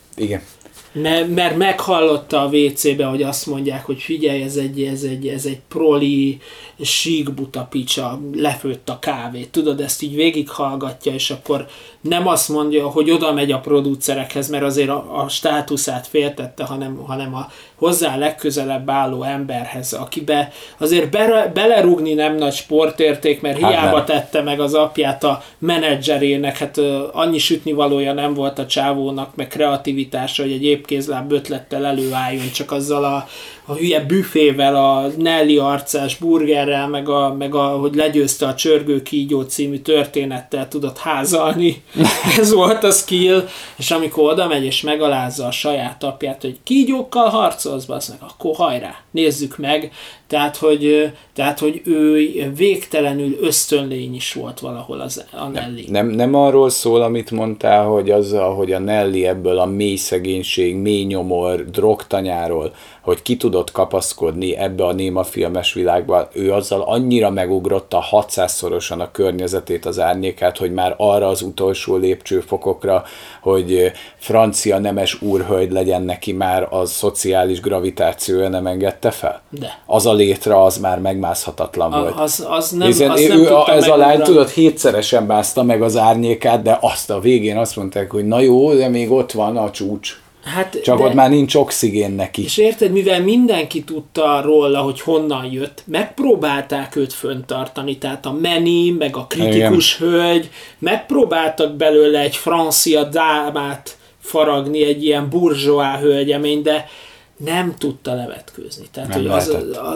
Mert meghallotta a WC-be, hogy azt mondják, hogy figyelj, ez egy proli, sík buta picsa, lefőtt a kávét. Tudod, ezt így végighallgatja, és akkor nem azt mondja, hogy oda megy a producerekhez, mert azért a státuszát féltette, hanem a hozzá legközelebb álló emberhez, akibe azért belerúgni nem nagy sportérték, mert hiába tette meg az apját a menedzserének, hát annyi sütnivalója nem volt a csávónak, meg kreativitása, hogy egy épkézláb ötlettel előálljon, csak azzal a hülye büfével, a Nelly arcás burgerrel, meg hogy legyőzte a Csörgő kígyó című történettel tudott házalni. Ez volt a skill, és amikor oda megy és megalázza a saját apját, hogy kígyókkal harcolsz, meg, akkor hajrá, nézzük meg. Tehát, hogy ő végtelenül ösztönlény is volt valahol a Nelly. Nem arról szól, amit mondtál, hogy azzal, hogy a Nelly ebből a mély szegénység, mély nyomor, drogtanyáról, hogy ki tudott kapaszkodni ebbe a néma filmes világba, ő azzal annyira megugrotta 600-szorosan a környezetét, az árnyékát, hogy már arra az utolsó lépcsőfokokra, hogy francia nemes úrhölgy legyen neki, már a szociális gravitációja nem engedte fel? De. Az a létre az már megmászhatatlan volt. Az nem tudta ez a lány, tudod, 7-szeresen mászta meg az árnyékát, de azt a végén azt mondták, hogy na jó, de még ott van a csúcs. Csak ott már nincs oxigén neki. És érted, mivel mindenki tudta róla, hogy honnan jött, megpróbálták őt föntartani, tehát a Meni, meg a kritikus hölgy, megpróbáltak belőle egy francia dámát faragni, egy ilyen burzsóá hölgyemény, de nem tudta levetkőzni. Tehát, hogy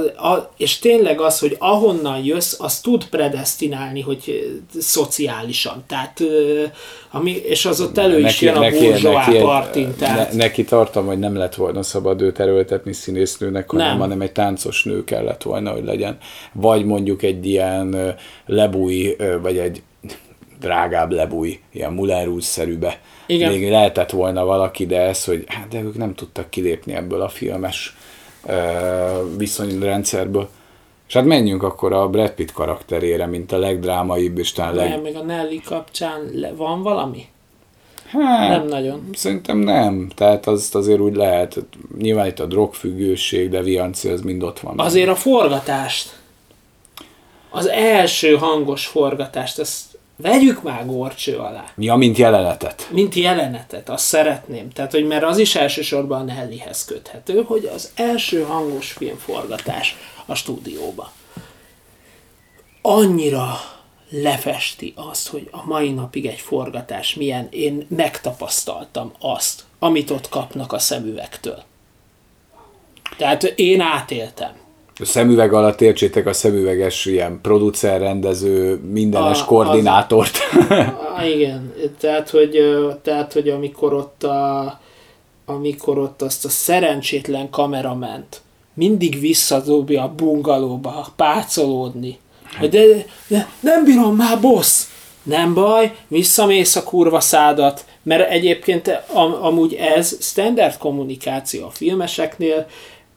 és tényleg az, hogy ahonnan jössz, az tud predesztinálni, hogy szociálisan. Tehát, és az ott elő is jön a burzsóá partin. Neki tartom, hogy nem lett volna szabad őt erőltetni színésznőnek, hanem egy táncos nő kellett volna, hogy legyen. Vagy mondjuk egy ilyen lebúj, vagy egy drágább lebúj, ilyen Moulin Rouge-szerűbe. Igen. Még lehetett volna valaki, de ez, hogy de ők nem tudtak kilépni ebből a filmes viszonyrendszerből. És hát menjünk akkor a Brad Pitt karakterére, mint a legdrámaibb, és talán Még a Nelly kapcsán van valami? Hát, nem nagyon. Szerintem nem. Tehát azt azért úgy lehet. Nyilván itt a drogfüggőség, deviancia, az mind ott van. Azért a forgatást, az első hangos forgatást, ezt vegyük már górcső alá. Ja, mint jelenetet. Mint jelenetet, azt szeretném. Tehát, hogy mert az is elsősorban a Nellyhez köthető, hogy az első hangos filmforgatás a stúdióba annyira lefesti azt, hogy a mai napig egy forgatás milyen, én megtapasztaltam azt, amit ott kapnak a szemüvegtől. Tehát én átéltem. A szemüveg alatt értsétek a szemüveges ilyen producer, rendező, mindenes koordinátort. Igen, tehát, hogy amikor ott azt a szerencsétlen kamerament mindig visszadobja a bungalóba pácolódni, de nem bírom már, boss! Nem baj, visszamész a kurva szádat, mert egyébként amúgy ez standard kommunikáció a filmeseknél.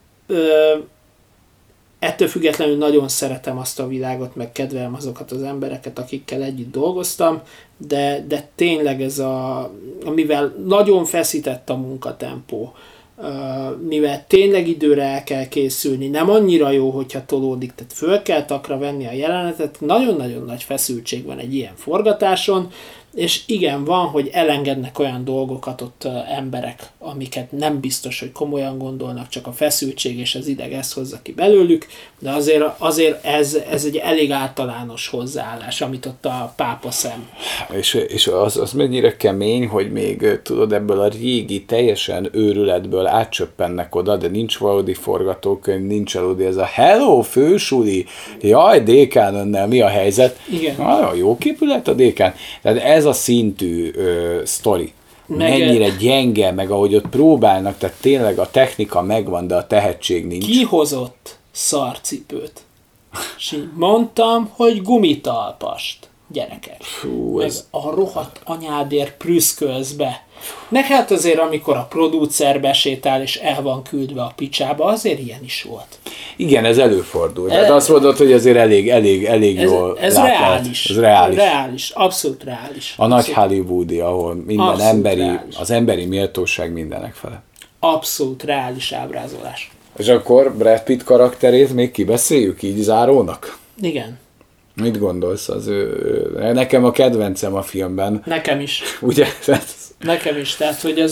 Ettől függetlenül nagyon szeretem azt a világot, meg kedvelem azokat az embereket, akikkel együtt dolgoztam, de tényleg ez amivel nagyon feszített a munkatempó, mivel tényleg időre el kell készülni, nem annyira jó, hogyha tolódik, tehát föl kell takra venni a jelenetet, nagyon-nagyon nagy feszültség van egy ilyen forgatáson, és igen, van, hogy elengednek olyan dolgokat ott emberek, amiket nem biztos, hogy komolyan gondolnak, csak a feszültség és az ideg ezt hozza ki belőlük, de azért ez egy elég általános hozzáállás, amit ott a pápa szem. És az mennyire kemény, hogy még tudod, ebből a régi teljesen őrületből átcsöppennek oda, de nincs valódi forgatókönyv, nincs aludni, ez a hello, fősuli, jaj, dékán önnel, mi a helyzet? Igen. Jó képület a dékán. Tehát ez a szintű sztori. Mennyire gyenge, meg ahogy ott próbálnak, tehát tényleg a technika megvan, de a tehetség nincs. Kihozott szarcipőt. És így mondtam, hogy gumitalpast, gyerekek. Fú, ez a rohadt anyádért prüszkölsz be. Meg hát azért, amikor a producer besétál és el van küldve a picsába, azért ilyen is volt. Igen, ez előfordul. Tehát azt mondod, hogy azért elég jól ez reális. Ez reális. Reális, abszolút reális. A nagy hollywoodi, ahol minden abszolút az emberi méltóság mindenek fele. Abszolút reális ábrázolás. És akkor Brad Pitt karakterét még kibeszéljük így zárónak? Igen. Mit gondolsz az nekem a kedvencem a filmben. Nekem is. Ugye? Nekem is. Tehát, hogy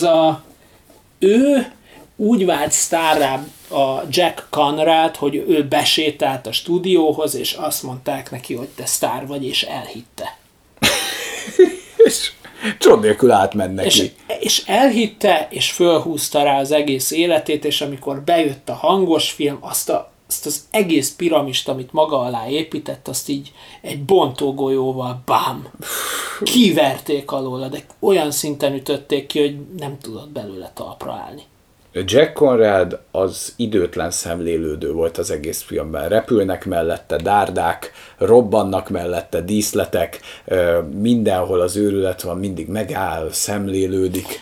ő úgy vált sztárrá a Jack Conrad, hogy ő besétált a stúdióhoz, és azt mondták neki, hogy te sztár vagy, és elhitte. És csod nélkül átment neki. És elhitte, és fölhúzta rá az egész életét, és amikor bejött a hangos film, azt az egész piramist, amit maga alá épített, azt így egy bontógolyóval bám! Kiverték alóla, de olyan szinten ütötték ki, hogy nem tudott belőle talpra állni. Jack Conrad az időtlen szemlélődő volt az egész filmben. Repülnek mellette dárdák, robbannak mellette díszletek, mindenhol az őrület van, mindig megáll, szemlélődik.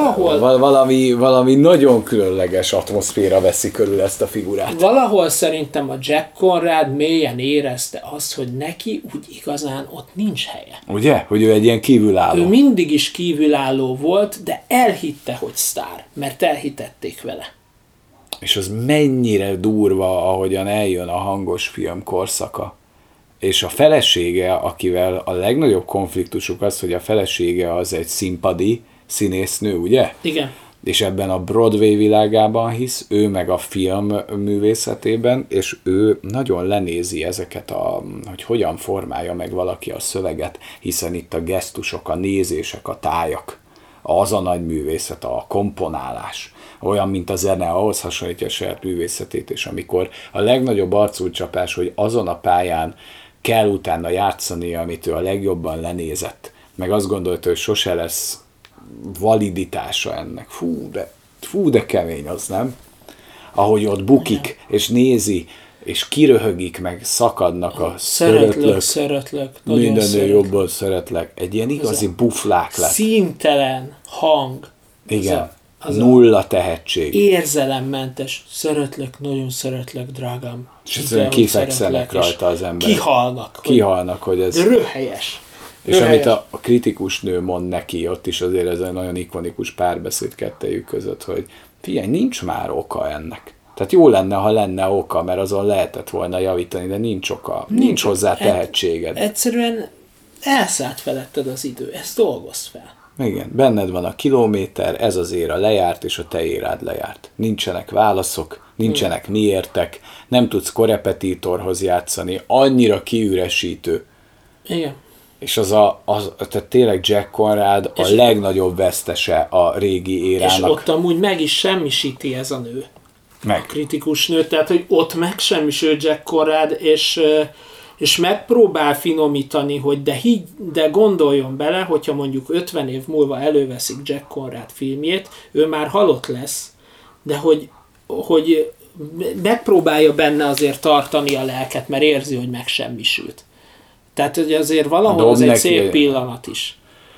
Valami nagyon különleges atmoszféra veszi körül ezt a figurát. Valahol szerintem a Jack Conrad mélyen érezte azt, hogy neki úgy igazán ott nincs helye. Ugye? Hogy ő egy ilyen kívülálló. Ő mindig is kívülálló volt, de elhitte, hogy sztár, mert elhitették vele. És az mennyire durva, ahogyan eljön a hangos film korszaka. És a felesége, akivel a legnagyobb konfliktusuk az, hogy a felesége az egy színpadi színésznő, ugye? Igen. És ebben a Broadway világában hisz, ő meg a film művészetében, és ő nagyon lenézi ezeket, hogy hogyan formálja meg valaki a szöveget, hiszen itt a gesztusok, a nézések, a tájak, az a nagy művészet, a komponálás, olyan, mint a zene, ahhoz hasonlítja a saját művészetét, és amikor a legnagyobb arcúcsapás, hogy azon a pályán kell utána játszani, amit ő a legjobban lenézett, meg azt gondolta, hogy sose lesz validitása ennek. Fú, de kemény az, nem? Ahogy ott bukik, és nézi, és kiröhögik, meg szakadnak a szeretlek. Mindennél jobban szeretlek. Egy ilyen igazi buflák lett. Színtelen hang. Igen. nulla tehetség. Érzelemmentes, szeretlek, nagyon szeretlek, drágám. És egyszerűen kifekszenek rajta az emberek. Kihalnak. Hogy ez... De röhelyes. És amit a kritikus nő mond neki, ott is azért ez egy nagyon ikonikus párbeszéd kettejük között, hogy figyelj, nincs már oka ennek. Tehát jó lenne, ha lenne oka, mert azon lehetett volna javítani, de nincs oka. Nincs hozzá tehetséged. Egyszerűen elszállt feletted az idő. Ezt dolgozz fel. Igen, benned van a kilométer, ez az éra lejárt, és a te érád lejárt. Nincsenek válaszok, nincsenek miértek, nem tudsz korepetitorhoz játszani, annyira kiüresítő. Igen. És tehát tényleg Jack Conrad a legnagyobb vesztese a régi érának. És ott amúgy meg is semmisíti ez a nő. Meg. A kritikus nő, tehát hogy ott megsemmisül Jack Conrad, és megpróbál finomítani, hogy de gondoljon bele, hogyha mondjuk 50 év múlva előveszik Jack Conrad filmjét, ő már halott lesz, de hogy megpróbálja benne azért tartani a lelket, mert érzi, hogy megsemmisült. Tehát, hogy azért valahol az egy szép pillanat is.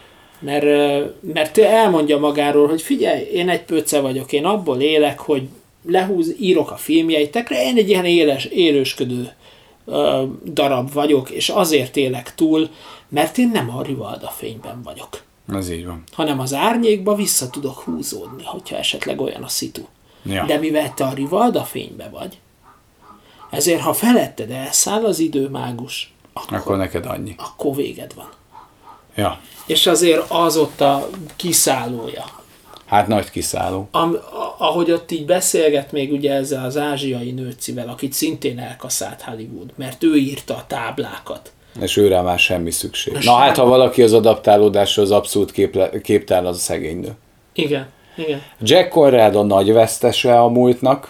Mert elmondja magáról, hogy figyelj, én egy pöcce vagyok, én abból élek, hogy írok a filmjeitekre, én egy ilyen élősködő darab vagyok, és azért élek túl, mert én nem a Rivalda fényben vagyok. Az így van. Hanem az árnyékba vissza tudok húzódni, hogyha esetleg olyan a szitu. Ja. De mivel te a Rivalda fénybe vagy, ezért ha feletted elszáll az időmágus, akkor neked annyi. Akkor véged van. Ja. És azért az ott a kiszállója. Hát nagy kiszálló. Ahogy ott így beszélget még ugye ezzel az ázsiai nőcivel, akit szintén elkaszált Hollywood, mert ő írta a táblákat. És őrá már semmi szükség. Hát ha valaki az adaptálódáshoz abszolút képtelen, az a szegény nő. Igen. Jack Conrad a nagy vesztese a múltnak.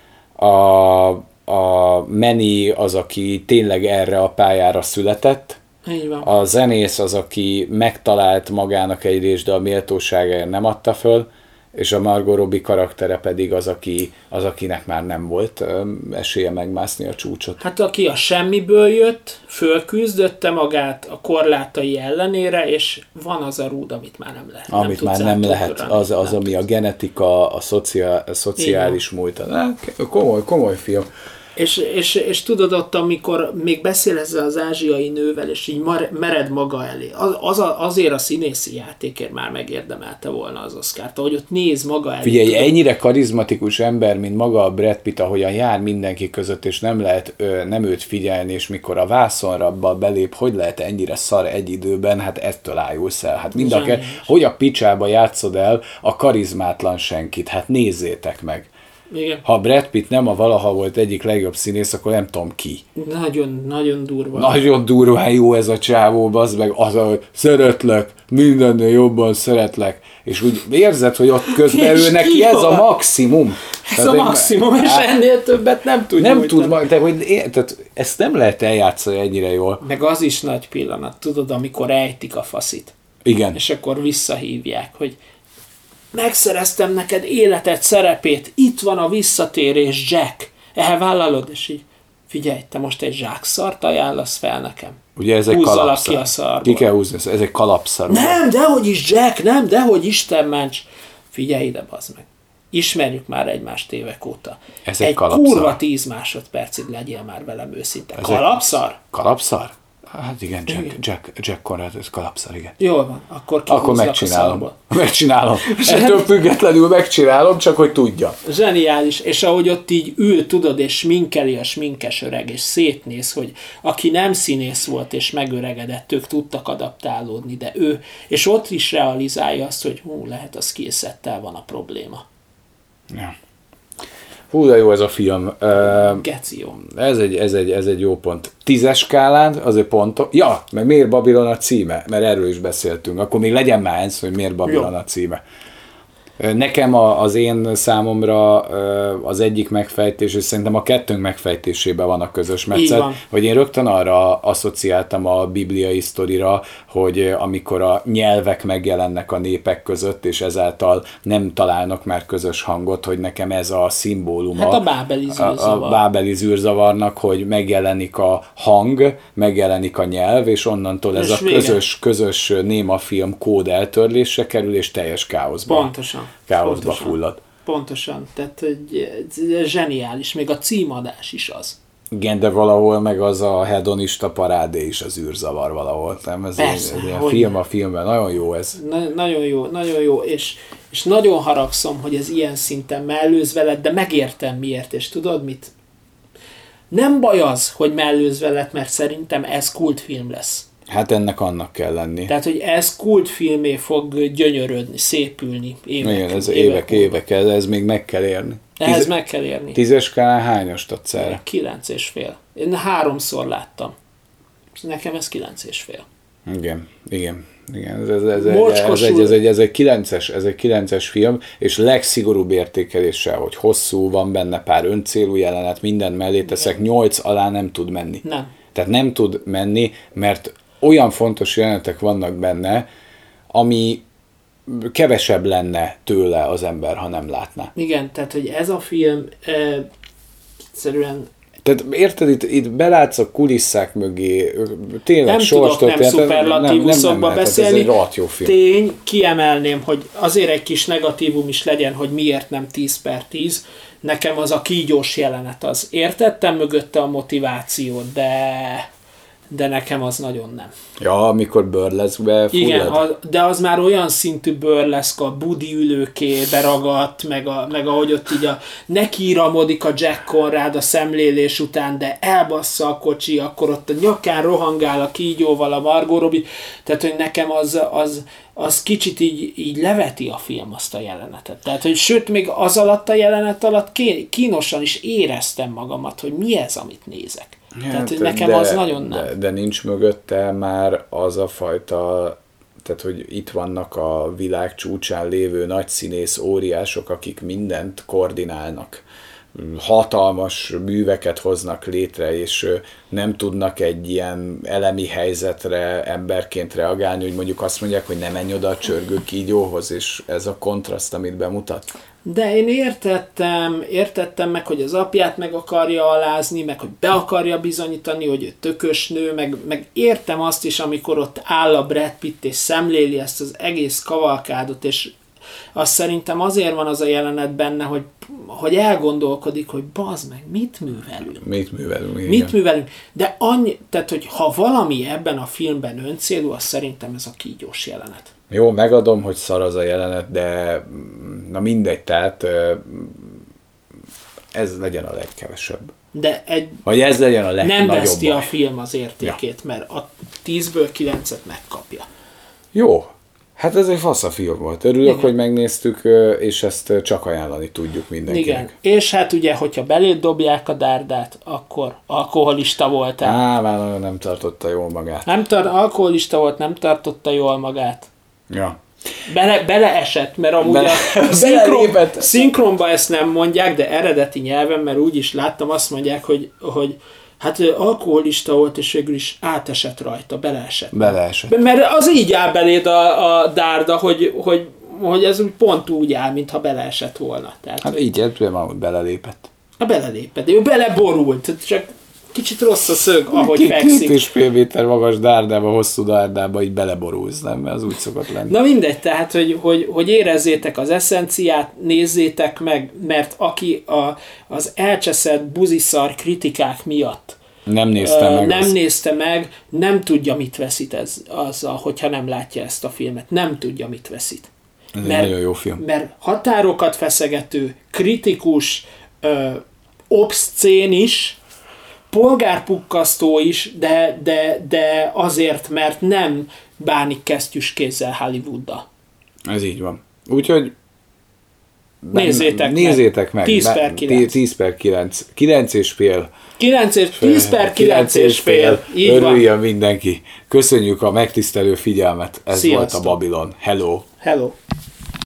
A Manny az, aki tényleg erre a pályára született. Így van. A zenész az, aki megtalált magának egyrészt, de a méltóságáért nem adta föl, és a Margot Robbie karaktere pedig az, akinek már nem volt esélye megmászni a csúcsot. Hát aki a semmiből jött, fölküzdötte magát a korlátai ellenére, és van az a rúd, amit már nem lehet. Amit már nem lehet, az ami a genetika, a szociális múlt. Komoly film. És tudod ott, amikor még beszél ezzel az ázsiai nővel, és így mered maga elé, azért a színészi játékért már megérdemelte volna az Oscart, ahogy ott néz maga elé. Figyelj, ennyire karizmatikus ember, mint maga a Brad Pitt, ahogyan jár mindenki között, és nem lehet nem őt figyelni, és mikor a vászonra belép, hogy lehet ennyire szar egy időben, hát ettől ájulsz el. Hát hogy a picsába játszod el a karizmátlan senkit, hát nézzétek meg. Igen. Ha Brad Pitt nem a valaha volt egyik legjobb színész, akkor nem tudom ki. Nagyon durva. Nagyon durván jó ez a csávó, bazd meg, az a szeretlek, mindennél jobban szeretlek. És úgy érzed, hogy ott közben ő neki ez a maximum. Ez a maximum, és ennél többet nem tud. Nem tud, tehát ezt nem lehet eljátszani ennyire jól. Meg az is nagy pillanat, tudod, amikor ejtik a faszit. Igen. És akkor visszahívják, hogy megszereztem neked életed szerepét, itt van a visszatérés, Jack. Elvállalod, és így, figyelj, te most egy zsákszart ajánlasz fel nekem. Ugye ez egy kalapszar. Ki kell húzni, ez egy kalapszar. Nem, dehogy is, Jack, nem, dehogy Isten ments. Figyelj ide, bazd meg. Ismerjük már egymást évek óta. Ez egy kalapszar. Kurva 10 másodpercig legyél már velem őszinte. Kalapszar? Kalapszar? Hát igen, Jack Conrad, ez kalapszar, igen. Jól van, akkor megcsinálom. Megcsinálom. Ettől függetlenül megcsinálom, csak hogy tudja. Zseniális, és ahogy ott így ül, tudod, és sminkeli a sminkes öreg, és szétnéz, hogy aki nem színész volt, és megöregedett, ők tudtak adaptálódni, de ő, és ott is realizálja azt, hogy lehet, az skillsettel van a probléma. Ja. Hú, de jó ez a film. Geci jó. Ez egy jó pont. 10-es skálán, azért pontok. Ja, meg miért Babilon a címe? Mert erről is beszéltünk. Akkor még legyen már ez, hogy miért Babilon a címe. Nekem az én számomra az egyik megfejtés, és szerintem a kettőnk megfejtésében van a közös metszet, hogy én rögtön arra asszociáltam a bibliai sztorira, hogy amikor a nyelvek megjelennek a népek között, és ezáltal nem találnak már közös hangot, hogy nekem ez a szimbóluma. Hát a bábeli zűrzavar. A bábeli zűrzavaarnak, hogy megjelenik a hang, megjelenik a nyelv, és onnantól ez a közös némafilm kód eltörlésre kerül, és teljes káoszban. Pontosan. káoszba fullad. Pontosan, tehát zseniális, még a címadás is az. Igen, de valahol meg az a hedonista parádé is az űrzavar valahol. Nem? Ez persze, egy film a filmben, nagyon jó ez. Nagyon jó, és nagyon haragszom, hogy ez ilyen szinten mellőz veled, de megértem miért, és tudod mit? Nem baj az, hogy mellőz veled, mert szerintem ez kultfilm lesz. Hát ennek annak kell lenni. Tehát, hogy ez kultfilmé fog gyönyörödni, szépülni évek. Igen, ez évek, ez még meg kell érni. Ehhez meg kell érni. 10-es skálán hányast adsz erre? 9,5. Én 3-szor láttam. Nekem ez 9,5. Igen. Ez egy 9-es film, és legszigorúbb értékeléssel, hogy hosszú, van benne pár öncélú jelenet, minden mellé teszek, 8 alá nem tud menni. Nem. Tehát nem tud menni, mert olyan fontos jelenetek vannak benne, ami kevesebb lenne tőle az ember, ha nem látná. Igen, tehát, hogy ez a film egyszerűen... Tehát érted, itt belátsz a kulisszák mögé, tényleg nem tudok nem szuperlatívuszokba beszélni. Ez egy rohadt jó film. Tény, kiemelném, hogy azért egy kis negatívum is legyen, hogy miért nem 10/10. Nekem az a kígyós jelenet az. Értettem mögötte a motivációt, de nekem az nagyon nem. Ja, amikor burleszkbe fullad. Igen, de az már olyan szintű burleszk, a budi ülőké beragadt, meg ahogy ott így nekiíramodik a Jack Conrad a szemlélés után, de elbassza a kocsi, akkor ott a nyakán rohangál a kígyóval a Margot Robbie. Tehát, hogy nekem az kicsit így leveti a film azt a jelenetet. Tehát, hogy sőt, még az alatt a jelenet alatt kínosan is éreztem magamat, hogy mi ez, amit nézek. Tehát, hogy nekem az nagyon nem. De nincs mögötte már az a fajta, tehát, hogy itt vannak a világ csúcsán lévő nagy színész óriások, akik mindent koordinálnak. Hatalmas műveket hoznak létre, és nem tudnak egy ilyen elemi helyzetre emberként reagálni, hogy mondjuk azt mondják, hogy ne menj oda a csörgő kígyóhoz, és ez a kontraszt, amit bemutat. De én értettem meg, hogy az apját meg akarja alázni, meg hogy be akarja bizonyítani, hogy ő tökös nő, meg értem azt is, amikor ott áll a Brad Pitt és szemléli ezt az egész kavalkádot, és azt szerintem azért van az a jelenet benne, hogy elgondolkodik, hogy bazd meg, mit művelünk. Mit művelünk? De annyi, tehát, hogy ha valami ebben a filmben öncélú, az szerintem ez a kígyós jelenet. Jó, megadom, hogy szar az a jelenet, de na mindegy, tehát ez legyen a legkevesebb. De vagy ez legyen a legnagyobb. Nem veszti a film az értékét, ja. Mert a 10-ből 9-et megkapja. Jó. Hát ez egy fasz a film volt. Örülök, igen, hogy megnéztük, és ezt csak ajánlani tudjuk mindenkinek. Igen. És hát ugye, hogyha beléd dobják a dárdát, akkor alkoholista voltál. Már nem tartotta jól magát. Alkoholista volt, nem tartotta jól magát. Ja. Beleesett, mert amúgy a szinkronban ezt nem mondják, de eredeti nyelven, mert úgy is láttam, azt mondják, hogy hát alkoholista volt, és végül is átesett rajta, beleesett. Mert az így áll beléd a dárda, hogy ez úgy pont úgy áll, mintha beleesett volna. Tehát, hát így már belelépett. Belelépett, ő beleborult, csak kicsit rossz a szög, ahogy fekszik. 2,5 méter magas dárdába, hosszú dárdába így beleborulsz, nem? Mert az úgy szokott lenni. Na mindegy, tehát, hogy érezzétek az eszenciát, nézzétek meg, mert aki az elcseszett buziszar kritikák miatt nem nézte meg, nem tudja, mit veszít azzal, hogyha nem látja ezt a filmet. Nem tudja, mit veszít. Ez egy nagyon jó film. Mert határokat feszegető, kritikus, obszcén is, polgárpukkasztó is, de azért, mert nem bánik kesztyűs kézzel Hollywooddal. Ez így van. Úgyhogy nézzétek meg. 10/9. 9,5. 10/9,5. Örüljön mindenki. Köszönjük a megtisztelő figyelmet. Ez Sziasztok. volt a Babilon. Hello.